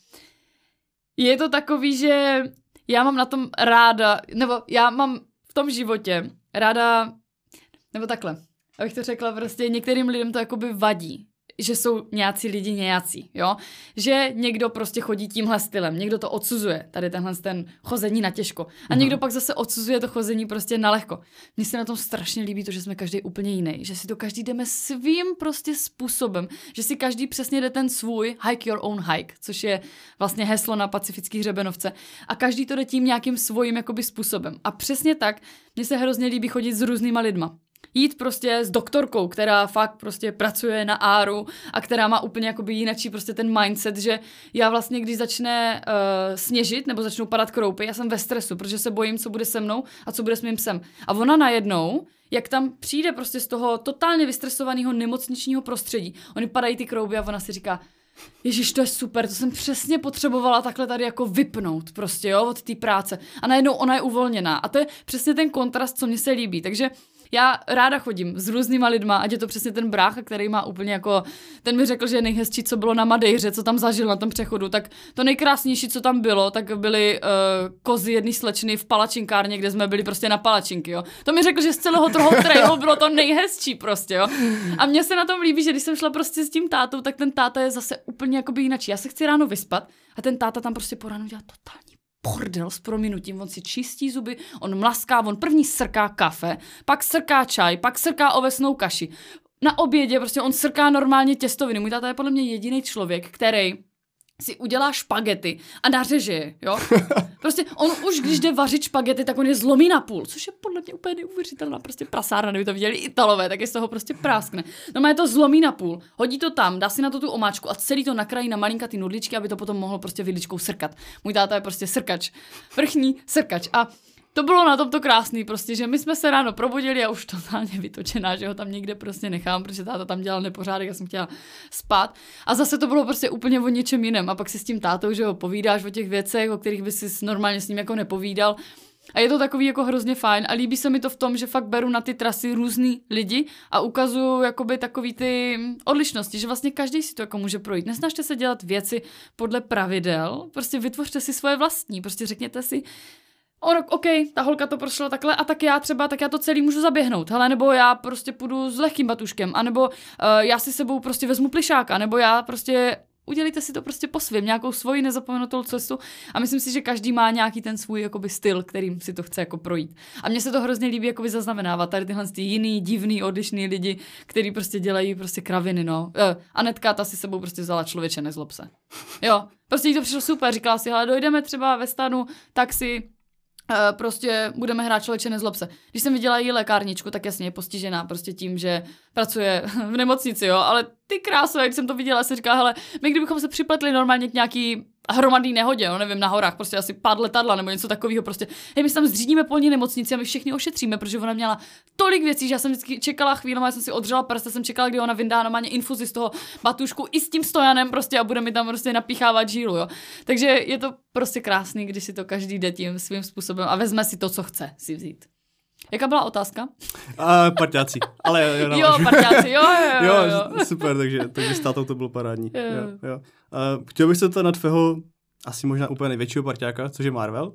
je to takový, že já mám na tom ráda, nebo já mám v tom životě ráda, nebo takhle, abych to řekla, prostě některým lidem to jakoby vadí, že jsou nějací lidi nějací, jo? Že někdo prostě chodí tímhle stylem, někdo to odsuzuje, tady tenhle ten chození na těžko. A někdo pak zase odsuzuje to chození prostě na lehko. Mně se na tom strašně líbí to, že jsme každý úplně jiný, že si to každý jdeme svým prostě způsobem, že si každý přesně jde ten svůj hike your own hike, což je vlastně heslo na pacifický hřebenovce. A každý to jde tím nějakým svým jakoby způsobem. A přesně tak, mně se hrozně líbí chodit s různýma lidma. Jít prostě s doktorkou, která fakt prostě pracuje na áru a která má úplně jakoby jinačí prostě ten mindset, že já vlastně, když začne uh, sněžit nebo začnou padat kroupy, já jsem ve stresu, protože se bojím, co bude se mnou a co bude s mým psem. A ona najednou, jak tam přijde prostě z toho totálně vystresovaného nemocničního prostředí, oni padají ty kroupy a ona si říká, Ježíš, to je super, to jsem přesně potřebovala takhle tady jako vypnout prostě, jo, od té práce. A najednou ona je uvolněná. A to je přesně ten kontrast, co mně se líbí. Takže já ráda chodím s různýma lidma, ať je to přesně ten brácha, který má úplně jako, ten mi řekl, že nejhezčí, co bylo na Madejře, co tam zažil na tom přechodu, tak to nejkrásnější, co tam bylo, tak byly uh, kozy jedný slečny v palačinkárně, kde jsme byli prostě na palačinky, jo. To mi řekl, že z celého toho trailu bylo to nejhezčí prostě, jo. A mně se na tom líbí, že když jsem šla prostě s tím tátou, tak ten táta je zase úplně jakoby jinačí. Já se chci ráno vyspat a ten táta tam prostě po ránu dělá totální bordel s prominutím, on si čistí zuby, on mlaská, on první srká kafe, pak srká čaj, pak srká ovesnou kaši. Na obědě prostě on srká normálně těstoviny. Můj táta je podle mě jediný člověk, který si udělá špagety a nařeže je, jo? Prostě on už, když jde vařit špagety, tak on je zlomí na půl, což je podle mě úplně neuvěřitelná prostě prasárna, kdyby to viděli Italové, tak je z toho prostě práskne. No má je to zlomí na půl, hodí to tam, dá si na to tu omáčku a celý to nakrájí na malinkatý nudličky, aby to potom mohlo prostě vidličkou srkat. Můj táta je prostě srkač, vrchní srkač a to bylo na tom to krásný, prostě, že my jsme se ráno probudili a už totálně vytočená, že ho tam někde prostě nechám, protože táta tam dělal nepořádek, já jsem chtěla spát. A zase to bylo prostě úplně o něčem jiném. A pak si s tím tátou, že ho povídáš o těch věcech, o kterých by si normálně s ním jako nepovídal. A je to takový jako hrozně fajn a líbí se mi to v tom, že fakt beru na ty trasy různý lidi a ukazuju jakoby takový ty odlišnosti, že vlastně každý si to jako může projít. Nesnažte se dělat věci podle pravidel, prostě vytvořte si svoje vlastní, prostě řekněte si, ono, OK, ta holka to prošla takhle a tak já třeba, tak já to celý můžu zaběhnout, hele, nebo já prostě půjdu s lehkým batuškem, anebo uh, já si sebou prostě vezmu plišáka, nebo já prostě, udělejte si to prostě po svém, nějakou svoji nezapomenutou cestu a myslím si, že každý má nějaký ten svůj jakoby styl, kterým si to chce jako projít. A mně se to hrozně líbí jakoby zaznamenávat tady tyhle ty jiný, divný, odlišný lidi, kteří prostě dělají prostě kraviny, no. Uh, Anetka, ta si sebou prostě vzala člověče, nezlob se. Jo, prostě jí to přišlo super, říkala si, hele, dojdeme třeba ve stanu, tak si Uh, prostě budeme hrát člověče, nezlob se. Když jsem viděla její lékárničku, tak jasně je postižená prostě tím, že pracuje v nemocnici, jo, ale ty krásové, když jsem to viděla, se říká, hele, my kdybychom se připletli normálně k nějaký hromadný nehodě, no nevím, na horách, prostě asi pád letadla nebo něco takového, prostě, hej, my se tam zřídíme polní nemocnici a my všechny ošetříme, protože ona měla tolik věcí, že já jsem vždycky čekala chvíli, já jsem si odřela prst, jsem čekala, kdy ona vyndá normálně infuzi z toho batušku i s tím stojanem prostě a bude mi tam prostě napíchávat žílu, jo. Takže je to prostě krásný, když si to každý jde tím svým způsobem a vezme si to, co chce si vzít. Jaká byla otázka? Uh, parťáci. Ale jo, jo, jo, parťáci, jo, jo, jo, jo. jo. Super, takže, takže s tátou to bylo parádní. Jo. Jo, jo. Uh, chtěl bych se to na tvého asi možná úplně největšího parťáka, což je Marvel.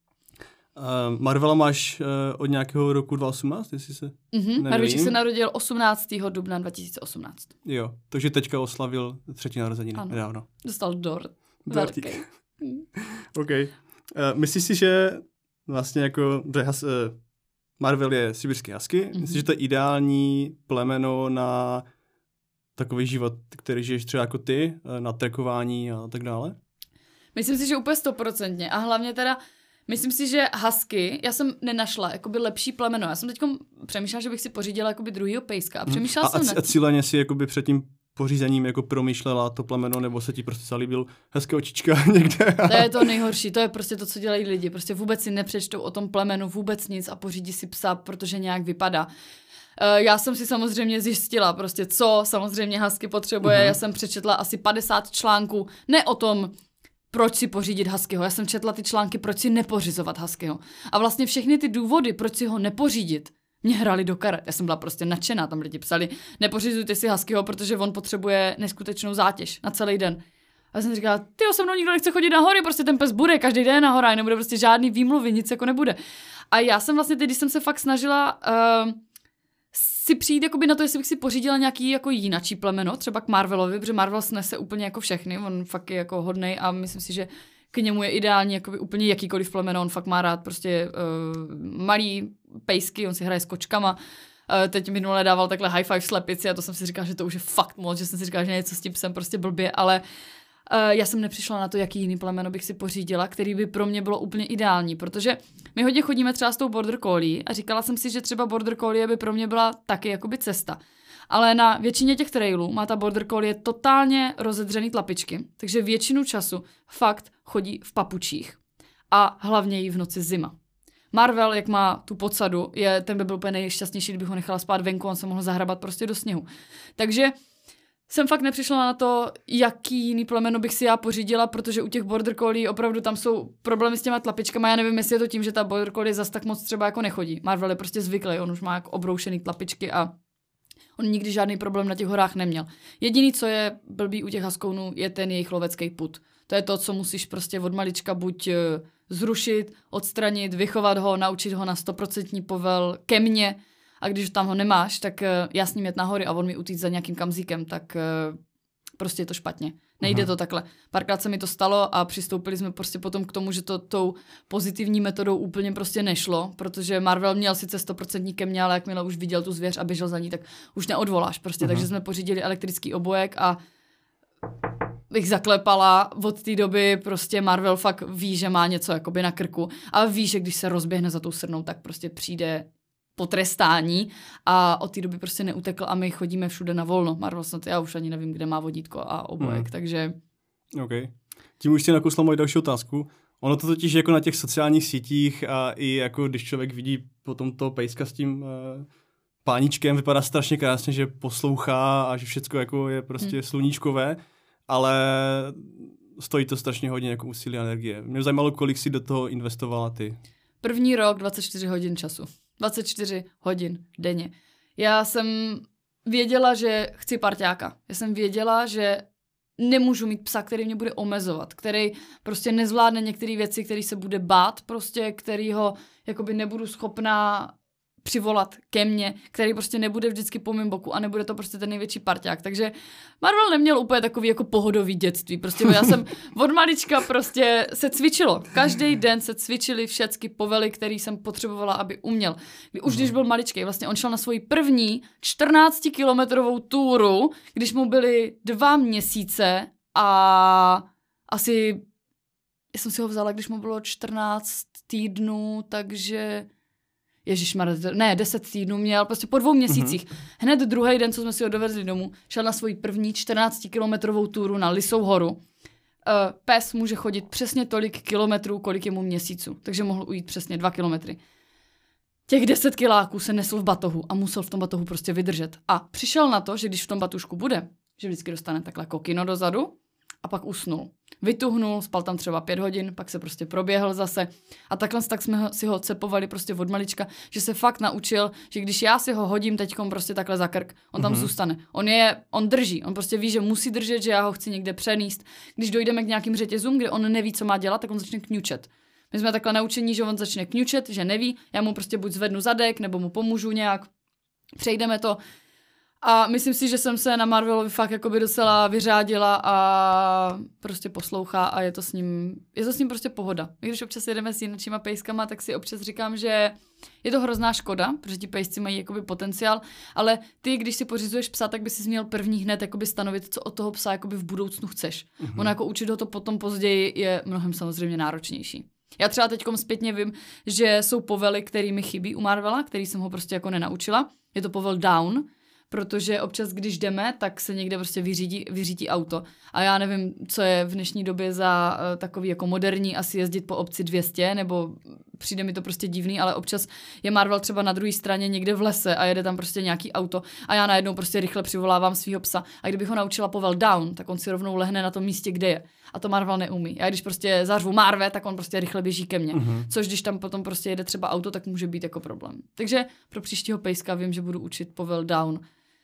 Uh, Marvela máš uh, od nějakého roku dva tisíce osmnáct, jestli se mm-hmm. Marviček se narodil osmnáctého dubna dva tisíce osmnáct. Jo, takže teďka oslavil třetí narozeniny. Ano, nedávno. Dostal dort. Velký. OK. Uh, myslíš si, že vlastně jako has, uh, Marvel je sibirský husky? Mm-hmm. Myslíš, že to je ideální plemeno na takový život, který žiješ třeba jako ty, na trekování a tak dále? Myslím si, že úplně stoprocentně. A hlavně teda Myslím si, že husky, já jsem nenašla jakoby lepší plemeno. Já jsem teď přemýšlela, že bych si pořídila jakoby druhýho pejska. A přemýšlela a, jsem... A, a cíleně si jakoby před tím pořízením jako promýšlela to plemeno, nebo se ti prostě zalíbil hezké očička někde? To je to nejhorší, to je prostě to, co dělají lidi. Prostě vůbec si nepřečtou o tom plemenu, vůbec nic a pořídí si psa, protože nějak vypadá. Já jsem si samozřejmě zjistila prostě, co samozřejmě husky potřebuje. Uh-huh. Já jsem přečetla asi padesát článků, ne o tom, proč si pořídit huskyho. Já jsem četla ty články, proč si nepořizovat huskyho. A vlastně všechny ty důvody, proč si ho nepořídit, mě hráli do karet. Já jsem byla prostě nadšená, tam lidi psali, nepořizujte si huskyho, protože on potřebuje neskutečnou zátěž na celý den. A já jsem říkala, tyjo, se mnou nikdo nechce chodit na hory, prostě ten pes bude každý den na horách, nebude prostě žádný výmluvy, nic jako nebude. A já jsem vlastně teď, když jsem se fakt snažila uh, si přijít jakoby na to, jestli bych si pořídila nějaký jako jinačí plemeno, třeba k Marvelovi, protože Marvel snese úplně jako všechny, on fakt je jako hodnej a myslím si, že k němu je ideální jakoby úplně jakýkoliv plemeno, on fakt má rád prostě uh, malý pejsky, on si hraje s kočkama. Uh, teď minule dával takhle high five slepici a to jsem si říkala, že to už je fakt moc, že jsem si říkala, že něco s tím psem prostě blbě, ale uh, já jsem nepřišla na to, jaký jiný plemeno bych si pořídila, který by pro mě bylo úplně ideální, protože my hodně chodíme třeba s tou border collie a říkala jsem si, že třeba border collie by pro mě byla taky jakoby cesta. Ale na většině těch trailů má ta border collie totálně rozedřený tlapičky, takže většinu času fakt chodí v papučích. A hlavně jí v noci zima. Marvel, jak má tu podsadu, je, ten by byl úplně nejšťastnější, kdybych ho nechala spát venku, on se mohl zahrabat prostě do sněhu. Takže jsem fakt nepřišla na to, jaký jiný plemeno bych si já pořídila, protože u těch border collie opravdu tam jsou problémy s těma tlapičkama. Já nevím, jestli je to tím, že ta border collie zas tak moc třeba jako nechodí. Marvel je prostě zvyklý, on už má jako obroušený tlapičky a on nikdy žádný problém na těch horách neměl. Jediný, co je blbý u těch haskounů, je ten jejich lovecký pud. To je to, co musíš prostě od malička buď zrušit, odstranit, vychovat ho, naučit ho na stoprocentní povel ke mně. A když tam ho nemáš, tak já s ním jet na hory a on mi utíct za nějakým kamzíkem, tak prostě je to špatně. Nejde Aha. to takhle. Párkrát se mi to stalo a přistoupili jsme prostě potom k tomu, že to tou pozitivní metodou úplně prostě nešlo, protože Marvel měl sice stoprocentní ke mně, ale jakmile už viděl tu zvěř a běžel za ní, tak už neodvoláš prostě. Aha. Takže jsme pořídili elektrický obojek a bych zaklepala od té doby, prostě Marvel fakt ví, že má něco jakoby na krku a ví, že když se rozběhne za tou srnou, tak prostě přijde potrestání a od té doby prostě neutekl a my chodíme všude na volno. Marvel snad, já už ani nevím, kde má vodítko a obojek, hmm. takže... OK. Tím už si nakusla moji další otázku. Ono to totiž jako na těch sociálních sítích a i jako když člověk vidí potom toho pejska s tím uh, páničkem, vypadá strašně krásně, že poslouchá a že všecko jako je prostě hmm. sluníčkové, ale stojí to strašně hodně jako úsilí a energie. Mě zajímalo, kolik si do toho investovala ty. První rok dvacet čtyři hodin času. dvacet čtyři hodin denně. Já jsem věděla, že chci parťáka. Já jsem věděla, že nemůžu mít psa, který mě bude omezovat, který prostě nezvládne některé věci, který se bude bát, prostě, který ho jakoby nebudu schopná přivolat ke mně, který prostě nebude vždycky po mém boku a nebude to prostě ten největší parťák. Takže Marvel neměl úplně takový jako pohodový dětství. Prostě já jsem od malička prostě se cvičilo. Každý den se cvičily všechny povely, které jsem potřebovala, aby uměl. Už když byl maličký, vlastně on šel na svoji první čtrnáctikilometrovou túru, když mu byly dva měsíce a asi já jsem si ho vzala, když mu bylo čtrnáct týdnů, takže ježišmarja, ne, deset týdnů měl, prostě po dvou měsících. Mm-hmm. Hned druhý den, co jsme si ho dovezli domů, šel na svoji první čtrnáctikilometrovou túru na Lisou horu. Uh, pes může chodit přesně tolik kilometrů, kolik je mu měsíců, takže mohl ujít přesně dva kilometry. Těch deset kiláků se nesl v batohu a musel v tom batohu prostě vydržet. A přišel na to, že když v tom batušku bude, že vždycky dostane takhle kokino dozadu a pak usnul. Vytuhnul, spal tam třeba pět hodin, pak se prostě proběhl zase a takhle tak jsme si ho cepovali prostě od malička, že se fakt naučil, že když já si ho hodím teďkom prostě takhle za krk, on tam mm-hmm. zůstane. On je, on drží, on prostě ví, že musí držet, že já ho chci někde přenést. Když dojdeme k nějakým řetězům, kde on neví, co má dělat, tak on začne kňučet. My jsme takhle naučení, že on začne kňučet, že neví, já mu prostě buď zvednu zadek, nebo mu pomůžu nějak, přejdeme to. A myslím si, že jsem se na Marvelovi fakt jakoby docela vyřádila a prostě poslouchá a je to s ním, je to s ním prostě pohoda. Když občas jedeme s jinýma pejskama, tak si občas říkám, že je to hrozná škoda, protože ti pejsci mají jakoby potenciál, ale ty, když si pořizuješ psa, tak by si měl první hned jakoby stanovit, co od toho psa jakoby v budoucnu chceš. Mm-hmm. Ono jako učit ho to potom později je mnohem samozřejmě náročnější. Já třeba teďkom zpětně vím, že jsou povely, který mi chybí u Marvela, který jsem ho prostě jako nenaučila. Je to povel down, protože občas, když jdeme, tak se někde prostě vyřídí, vyřídí auto. A já nevím, co je v dnešní době za uh, takový jako moderní asi jezdit po obci dvě stě, nebo přijde mi to prostě divný, ale občas je Marvel třeba na druhé straně někde v lese a jede tam prostě nějaký auto a já najednou prostě rychle přivolávám svýho psa. A kdybych ho naučila povel down, tak on si rovnou lehne na tom místě, kde je. A to Marvel neumí. Já když prostě zařvu Marve, tak on prostě rychle běží ke mně. Uh-huh. Což když tam potom prostě jede třeba auto, tak může být jako problém. Takže pro příštího pejska vím, že budu učit povel down,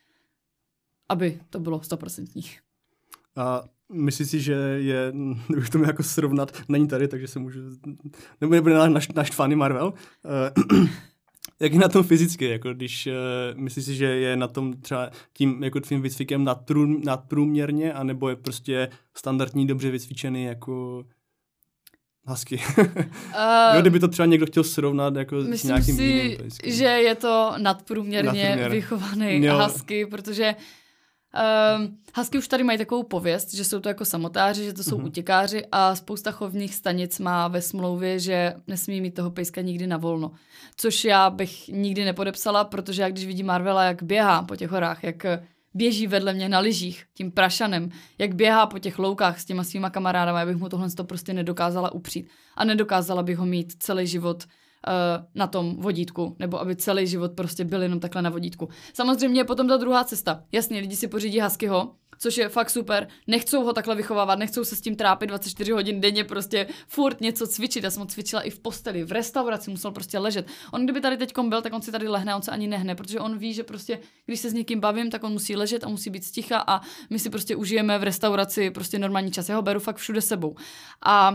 aby to bylo stoprocentní. A myslíš si, že je, bych to měl jako srovnat, není tady, takže se můžu, nebo nebude naš, naštvaný Marvel. Uh, jak je na tom fyzicky, jako když uh, myslíš si, že je na tom třeba tím jako tvým výcvikem nadprům, nadprůměrně, anebo je prostě standardní, dobře vycvičený jako husky? uh, jo, kdyby to třeba někdo chtěl srovnat jako s nějakým jiným pejskem. Myslím si, že je to nadprůměrně Nadprůměr. vychovaný Měl... husky, protože Um, husky už tady mají takovou pověst, že jsou to jako samotáři, že to jsou uh-huh. utěkáři a spousta chovních stanic má ve smlouvě, že nesmí mít toho pejska nikdy na volno. Což já bych nikdy nepodepsala, protože já když vidím Marvela, jak běhá po těch horách, jak běží vedle mě na lyžích tím prašanem, jak běhá po těch loukách s těma svýma kamarádama, já bych mu tohle prostě nedokázala upřít. A nedokázala bych ho mít celý život na tom vodítku, nebo aby celý život prostě byl jenom takhle na vodítku. Samozřejmě je potom ta druhá cesta. Jasně, lidi si pořídí huskyho, což je fakt super, nechcou ho takhle vychovávat, nechcou se s tím trápit dvacet čtyři hodin denně, prostě furt něco cvičit. Já jsem ho cvičila i v posteli, v restauraci musel prostě ležet. On kdyby tady teďkom byl, tak on si tady lehne, on se ani nehne, protože on ví, že prostě, když se s někým bavím, tak on musí ležet a musí být sticha a my si prostě užijeme v restauraci prostě normální čas. Já ho beru fakt všude sebou. A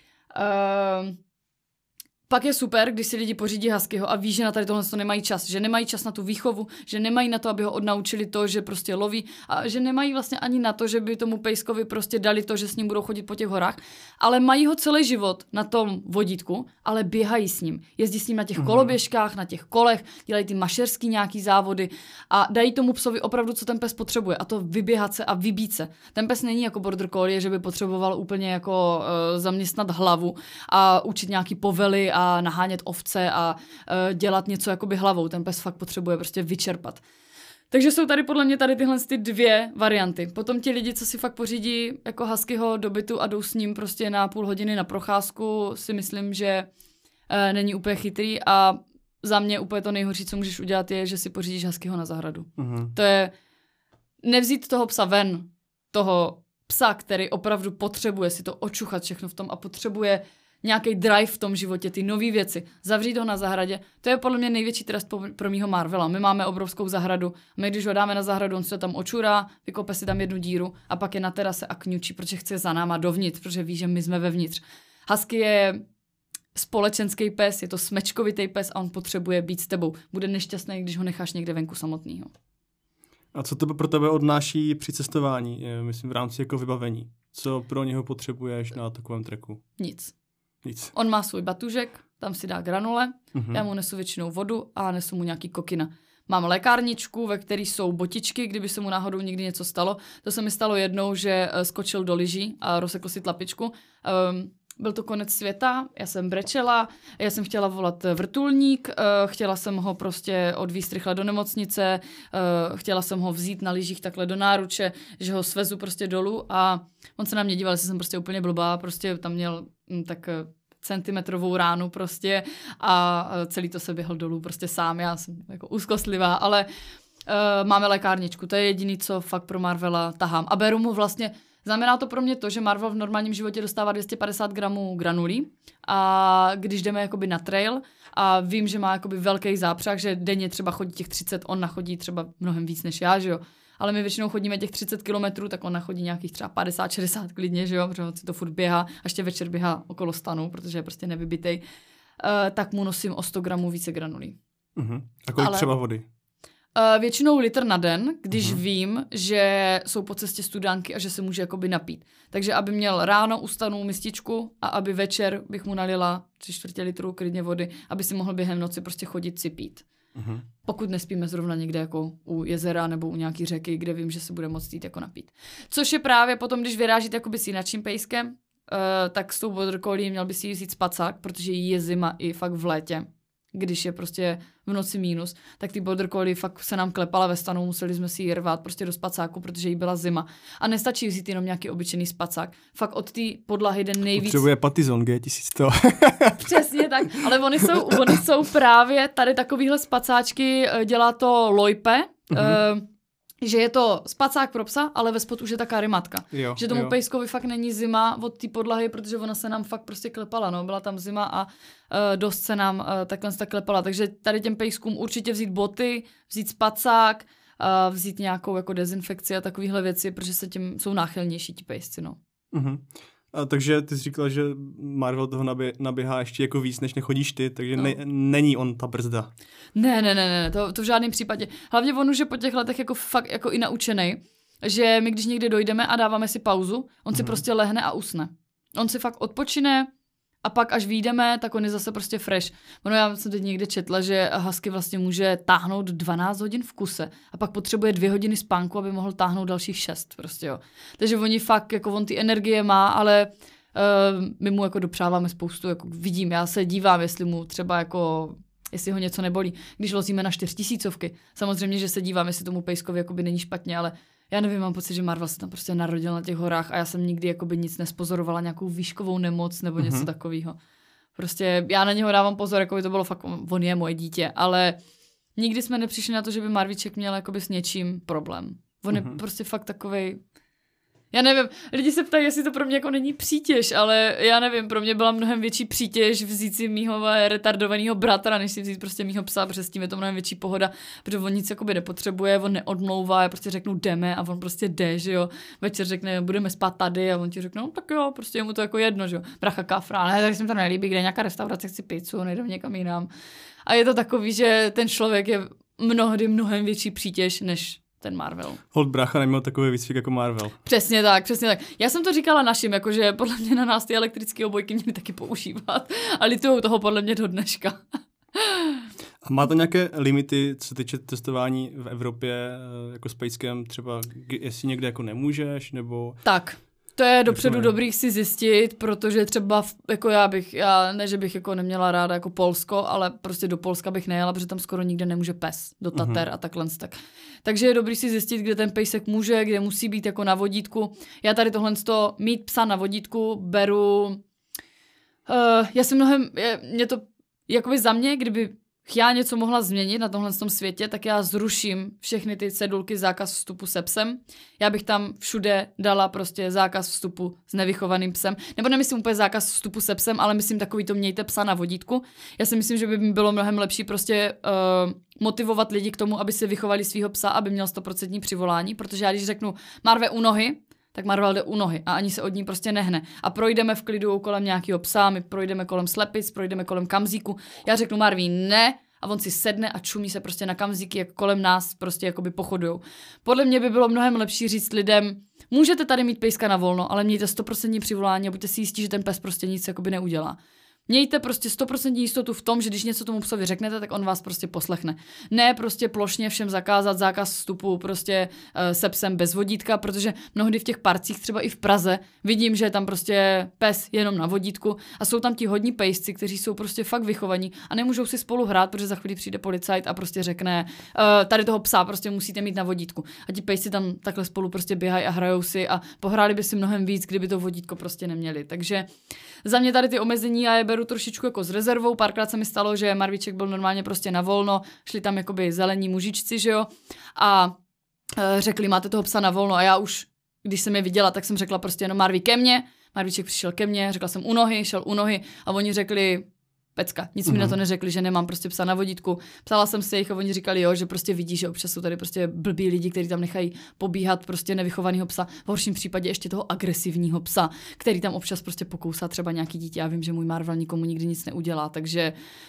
uh, pak je super, když si lidi pořídí huskyho a ví, že na tady tohle nemají čas, že nemají čas na tu výchovu, že nemají na to, aby ho odnaučili to, že prostě loví a že nemají vlastně ani na to, že by tomu pejskovi prostě dali to, že s ním budou chodit po těch horách, ale mají ho celý život na tom vodítku, ale běhají s ním. Jezdí s ním na těch mm-hmm. koloběžkách, na těch kolech, dělají ty mašerský nějaký závody a dají tomu psovi opravdu, co ten pes potřebuje, a to vyběhat se a vybít se. Ten pes není jako border collie, že by potřeboval úplně jako uh, zaměstnat hlavu a učit nějaký povely a nahánět ovce a uh, dělat něco jakoby hlavou. Ten pes fakt potřebuje prostě vyčerpat. Takže jsou tady podle mě tady tyhle ty dvě varianty. Potom ti lidi, co si fakt pořídí jako huskyho do bytu a jdou s ním prostě na půl hodiny na procházku, si myslím, že uh, není úplně chytrý a za mě úplně to nejhorší, co můžeš udělat, je, že si pořídíš huskyho na zahradu. Uh-huh. To je nevzít toho psa ven, toho psa, který opravdu potřebuje si to očuchat všechno v tom a potřebuje nějaký drive v tom životě, ty nové věci, zavřít ho na zahradě, to je podle mě největší trest pro mýho Marvela. My máme obrovskou zahradu, my když ho dáme na zahradu, on se tam očurá, vykope si tam jednu díru a pak je na terase a kňučí, protože chce za náma dovnitř, protože ví, že my jsme vevnitř. Husky je společenský pes, je to smečkovitý pes a on potřebuje být s tebou. Bude nešťastný, když ho necháš někde venku samotnýho. A co to pro tebe odnáší při cestování, myslím v rámci jako vybavení? Co pro něho potřebuješ na takovém treku? Nic. Nic. On má svůj batužek, tam si dá granule, uh-huh. já mu nesu většinou vodu a nesu mu nějaký kokina. Mám lékárničku, ve které jsou botičky, kdyby se mu náhodou někdy něco stalo. To se mi stalo jednou, že skočil do lyží a rozsekl si tlapičku. Um, byl to konec světa, já jsem brečela, já jsem chtěla volat vrtulník, uh, chtěla jsem ho prostě odvízt rychle do nemocnice, uh, chtěla jsem ho vzít na lyžích takhle do náruče, že ho svezu prostě dolů a on se na mě díval, že jsem prostě úplně blbá, prostě tam měl m, tak centimetrovou ránu prostě a celý to se běhl dolů prostě sám, já jsem jako úzkostlivá, ale uh, máme lékárničku, to je jediný, co fakt pro Marvela tahám a beru mu vlastně. Znamená to pro mě to, že Marvel v normálním životě dostává dvě stě padesát gramů granulí a když jdeme jakoby na trail a vím, že má jakoby velký zápřah, že denně třeba chodí těch třicet, on nachodí třeba mnohem víc než já, že jo. Ale my většinou chodíme těch třicet kilometrů, tak on nachodí nějakých třeba padesát šedesát klidně, že jo, protože on si to furt běhá a ještě večer běhá okolo stanu, protože je prostě nevybitej, uh, tak mu nosím o sto gramů více granulí. Uh-huh. A kolik Ale... třeba vody? Uh, většinou litr na den, když uh-huh. vím, že jsou po cestě studánky a že se může jakoby napít. Takže aby měl ráno ustanou mističku a aby večer bych mu nalila tři čtvrtě litru klidně vody, aby si mohl během noci prostě chodit si pít. Uh-huh. Pokud nespíme zrovna někde jako u jezera nebo u nějaký řeky, kde vím, že se bude moct jít jako napít. Což je právě potom, když vyrážíte jakoby s jináčím pejskem, tak s tou border collie měl by si jí vzít spacák, protože jí je zima i fakt v létě. Když je prostě v noci mínus, tak ty border collie fakt se nám klepala ve stanu, museli jsme si ji rvát prostě do spacáku, protože jí byla zima. A nestačí vzít jenom nějaký obyčejný spacák. Fakt od té podlahy den nejvíc. Potřebuje Patizon G tisíc sto. Přesně tak, ale oni jsou, oni jsou právě tady takovýhle spacáčky, dělá to Loipe, mm-hmm. uh, že je to spacák pro psa, ale ve spod už je ta karimatka. Jo, že tomu jo. pejskovi fakt není zima od té podlahy, protože ona se nám fakt prostě klepala, no, byla tam zima a uh, dost se nám uh, takhle tak klepala. Takže tady těm pejskům určitě vzít boty, vzít spacák, uh, vzít nějakou jako dezinfekci a takovéhle věci, protože se tím jsou náchylnější ti pejsci, no. Uh-huh. A takže ty jsi říkala, že Marvel toho nabě, naběhá ještě jako víc, než nechodíš ty, takže no. ne, není on ta brzda. Ne, ne, ne, ne, to, to v žádném případě. Hlavně on už je po těch letech jako fakt jako i naučenej, že my když někde dojdeme a dáváme si pauzu, on mm-hmm. si prostě lehne a usne. On si fakt odpočine a pak až vyjdeme, tak on je zase prostě fresh. Ono já jsem teď někde četla, že husky vlastně může táhnout dvanáct hodin v kuse a pak potřebuje dvě hodiny spánku, aby mohl táhnout dalších šest prostě jo. Takže oni fakt, jako on ty energie má, ale uh, my mu jako dopřáváme spoustu, jako vidím, já se dívám, jestli mu třeba jako jestli ho něco nebolí. Když lozíme na čtyřtisícovky, samozřejmě, že se dívám, jestli tomu pejskovi jakoby není špatně, ale já nevím, mám pocit, že Marvel se tam prostě narodil na těch horách a já jsem nikdy jakoby nic nespozorovala, nějakou výškovou nemoc nebo něco mm-hmm. takového. Prostě já na něho dávám pozor, jako by to bylo fakt, on je moje dítě, ale nikdy jsme nepřišli na to, že by Marvíček měl jakoby s něčím problém. On mm-hmm. je prostě fakt takovej. Já nevím, lidi se ptají, jestli to pro mě jako není přítěž, ale já nevím, pro mě byla mnohem větší přítěž vzít si mýho retardovaného bratra, než si vzít prostě mýho psa, protože s tím je to mnohem větší pohoda, protože on nic jakoby nepotřebuje, on neodmlouvá, já prostě řeknu jdeme a on prostě jde, že jo. Večer řekne, budeme spát tady a on ti řekne, no tak jo, prostě je mu to jako jedno, že jo. Bracha kafra, ne, tak se mi to nelíbí, kde nějaká restaurace, chci pizzu, nejdem někam jinam. A je to takový, že ten člověk je mnohdy mnohem větší přítěž, než ten Marvel. Hold brácha neměl takový výcvik jako Marvel. Přesně tak, přesně tak. Já jsem to říkala našim, jakože podle mě na nás ty elektrické obojky měly taky používat. A litujou toho podle mě do dneška. A má to nějaké limity, co se týče testování v Evropě, jako s pejskem, třeba jestli někde jako nemůžeš, nebo... Tak. To je dopředu dobrý si zjistit, protože třeba jako já bych, já ne, že bych jako neměla ráda jako Polsko, ale prostě do Polska bych nejela, protože tam skoro nikde nemůže pes, do Tater uh-huh. a takhle tak. Takže je dobrý si zjistit, kde ten pejsek může, kde musí být jako na vodítku. Já tady tohle mít psa na vodítku beru, uh, já si mnohem, je, mě to, jakoby za mě, kdyby já něco mohla změnit na tomhle tom světě, tak já zruším všechny ty cedulky zákaz vstupu se psem. Já bych tam všude dala prostě zákaz vstupu s nevychovaným psem. Nebo nemyslím úplně zákaz vstupu se psem, ale myslím takový to mějte psa na vodítku. Já si myslím, že by mi bylo mnohem lepší prostě uh, motivovat lidi k tomu, aby si vychovali svého psa, aby měl sto procent přivolání, protože já když řeknu Marve u nohy, tak Marvel jde u nohy a ani se od ní prostě nehne. A projdeme v klidu kolem nějakého psa, my projdeme kolem slepic, projdeme kolem kamzíku. Já řeknu Marví ne a on si sedne a čumí se prostě na kamzíky, jak kolem nás prostě jakoby pochodujou. Podle mě by bylo mnohem lepší říct lidem, můžete tady mít pejska na volno, ale mějte sto procent přivolání a buďte si jistí, že ten pes prostě nic jakoby neudělá. Mějte prostě sto procent jistotu v tom, že když něco tomu psovi řeknete, tak on vás prostě poslechne. Ne prostě plošně všem zakázat zákaz vstupu prostě uh, se psem bez vodítka, protože mnohdy v těch parcích, třeba i v Praze, vidím, že je tam prostě pes jenom na vodítku a jsou tam ti hodní pejsci, kteří jsou prostě fakt vychovaní a nemůžou si spolu hrát, protože za chvíli přijde policajt a prostě řekne, uh, tady toho psa prostě musíte mít na vodítku. A ti pejsci tam takhle spolu prostě běhají a hrajou si a pohráli by si mnohem víc, kdyby to vodítko prostě neměli. Takže za mě tady ty omezení já je beru trošičku jako s rezervou. Párkrát se mi stalo, že Marvíček byl normálně prostě na volno, šli tam jakoby zelení mužičci, že jo, a e, řekli, máte toho psa na volno a já už, když jsem je viděla, tak jsem řekla prostě, no Marví ke mně, Marvíček přišel ke mně, řekla jsem u nohy, šel u nohy a oni řekli, pecka, nic mm-hmm. mi na to neřekli, že nemám prostě psa na vodítku. Psala jsem se jich a oni říkali, jo, že prostě vidí, že občas jsou tady prostě blbí lidi, kteří tam nechají pobíhat prostě nevychovaného psa, v horším případě ještě toho agresivního psa, který tam občas prostě pokousá třeba nějaký dítě. Já vím, že můj Marvel nikomu nikdy nic neudělá, takže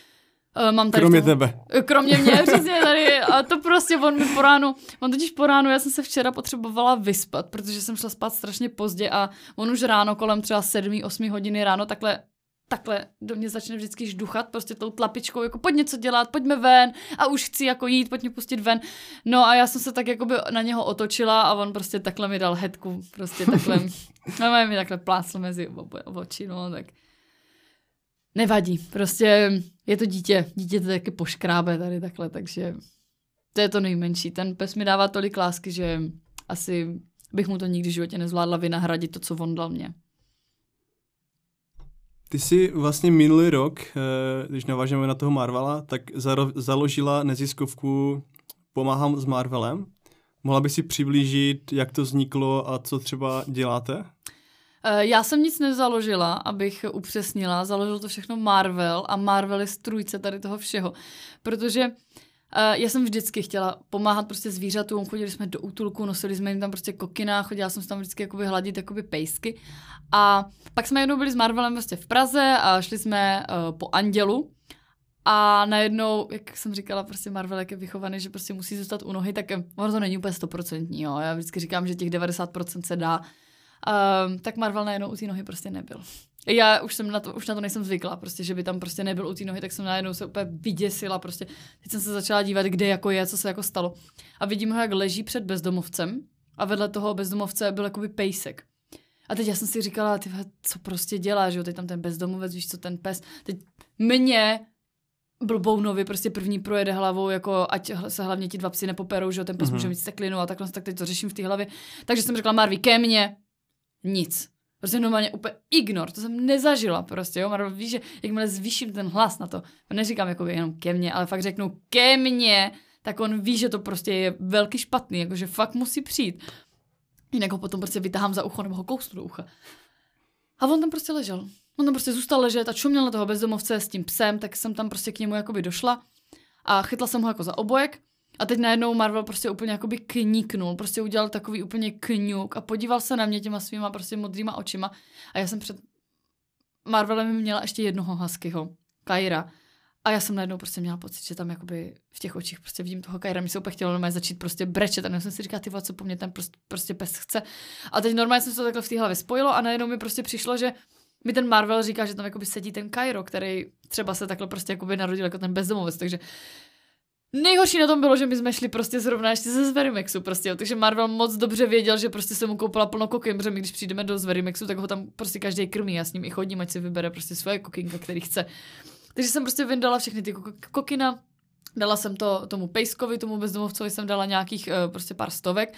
uh, mám tady kromě toho, tebe. Kromě mě, přesně tady. A to prostě on mi po ránu, on totiž po ránu, já jsem se včera potřebovala vyspat, protože jsem šla spát strašně pozdě a on už ráno kolem třeba sedm osm hodiny ráno takhle takhle do mě začne vždycky žduchat prostě tou tlapičkou, jako pojď něco dělat, pojďme ven a už chci jako jít, pojď mě pustit ven. No a já jsem se tak jakoby na něho otočila a on prostě takhle mi dal hetku, prostě takhle, no, mi takhle plásl mezi oči, no tak nevadí, prostě je to dítě, dítě to taky poškrábe tady takhle, takže to je to nejmenší. Ten pes mi dává tolik lásky, že asi bych mu to nikdy v životě nezvládla vynahradit to, co on dal mě. Ty jsi vlastně minulý rok, když navážeme na toho Marvela, tak zaro- založila neziskovku Pomáhám s Marvelem. Mohla bys si přiblížit, jak to vzniklo a co třeba děláte? Já jsem nic nezaložila, abych upřesnila. Založil to všechno Marvel a Marvel je strůjce tady toho všeho. Protože já jsem vždycky chtěla pomáhat prostě zvířatům, chodili jsme do útulku, nosili jsme jim tam prostě kokina, chodila jsem tam vždycky jakoby hladit jakoby pejsky. A pak jsme jednou byli s Marvelem prostě v Praze a šli jsme uh, po Andělu. A najednou, jak jsem říkala, prostě Marvel, jak je vychovaný, že prostě musí zůstat u nohy, tak ono to není úplně stoprocentní, jo. Já vždycky říkám, že těch devadesát procent se dá. Um, tak Marvel najednou u té nohy prostě nebyl. Já už jsem na to, už na to nejsem zvykla, prostě, že by tam prostě nebyl u té nohy, tak jsem najednou se úplně vyděsila, prostě. Teď jsem se začala dívat, kde jako je, co se jako stalo. A vidím ho, jak leží před bezdomovcem a vedle toho bezdomovce byl jakoby pejsek. A teď já jsem si říkala, ty, co prostě děláš, jo, teď tam ten bezdomovec, víš co, ten pes, teď mě blbounovi prostě první projede hlavou, jako ať se hlavně ti dva psi nepoperou, že jo, ten pes mm-hmm. může mít steklinu a takhle, tak teď to řeším v té hlavě. Takže jsem řekla, Marvi, ke mně, nic. Prostě normálně úplně ignor, to jsem nezažila prostě, jo, Marvi, víš, že jakmile zvýším ten hlas na to, neříkám jako jenom ke mně, ale fakt řeknu ke mně, tak on ví, že to prostě je velký špatný, jakože fakt musí přijít. Jinak ho potom prostě vytahám za ucho nebo ho kousnu do ucha. A on tam prostě ležel. On tam prostě zůstal ležet a čuměl na toho bezdomovce s tím psem, tak jsem tam prostě k němu jakoby došla a chytla jsem ho jako za obojek a teď najednou Marvel prostě úplně jakoby kníknul, prostě udělal takový úplně kňuk a podíval se na mě těma svýma prostě modrýma očima a já jsem před Marvelem měla ještě jednoho huskyho, Kyra. A já jsem najednou prostě měla pocit, že tam jakoby v těch očích prostě vidím toho Kyra, mi se úplně chtělo normálně začít prostě brečet a já jsem si říkala, ty vole, co po mně ten prostě, prostě pes chce. A teď normálně jsem se to takhle v té hlavě spojilo a najednou mi prostě přišlo, že mi ten Marvel říká, že tam jakoby sedí ten Kyro, který třeba se takhle prostě jakoby narodil jako ten bezdomovec, takže nejhorší na tom bylo, že my jsme šli prostě zrovna ještě ze Zverimexu prostě, jo. Takže Marvel moc dobře věděl, že prostě jsem mu koupila plno kokin, protože my když přijdeme do Zverimexu, tak ho tam prostě každý krmí, já s ním i chodím, ať si vybere prostě svoje kokinka, který chce. Takže jsem prostě vyndala všechny ty kokina, dala jsem to tomu pejskovi, tomu bezdomovcovi jsem dala nějakých uh, prostě pár stovek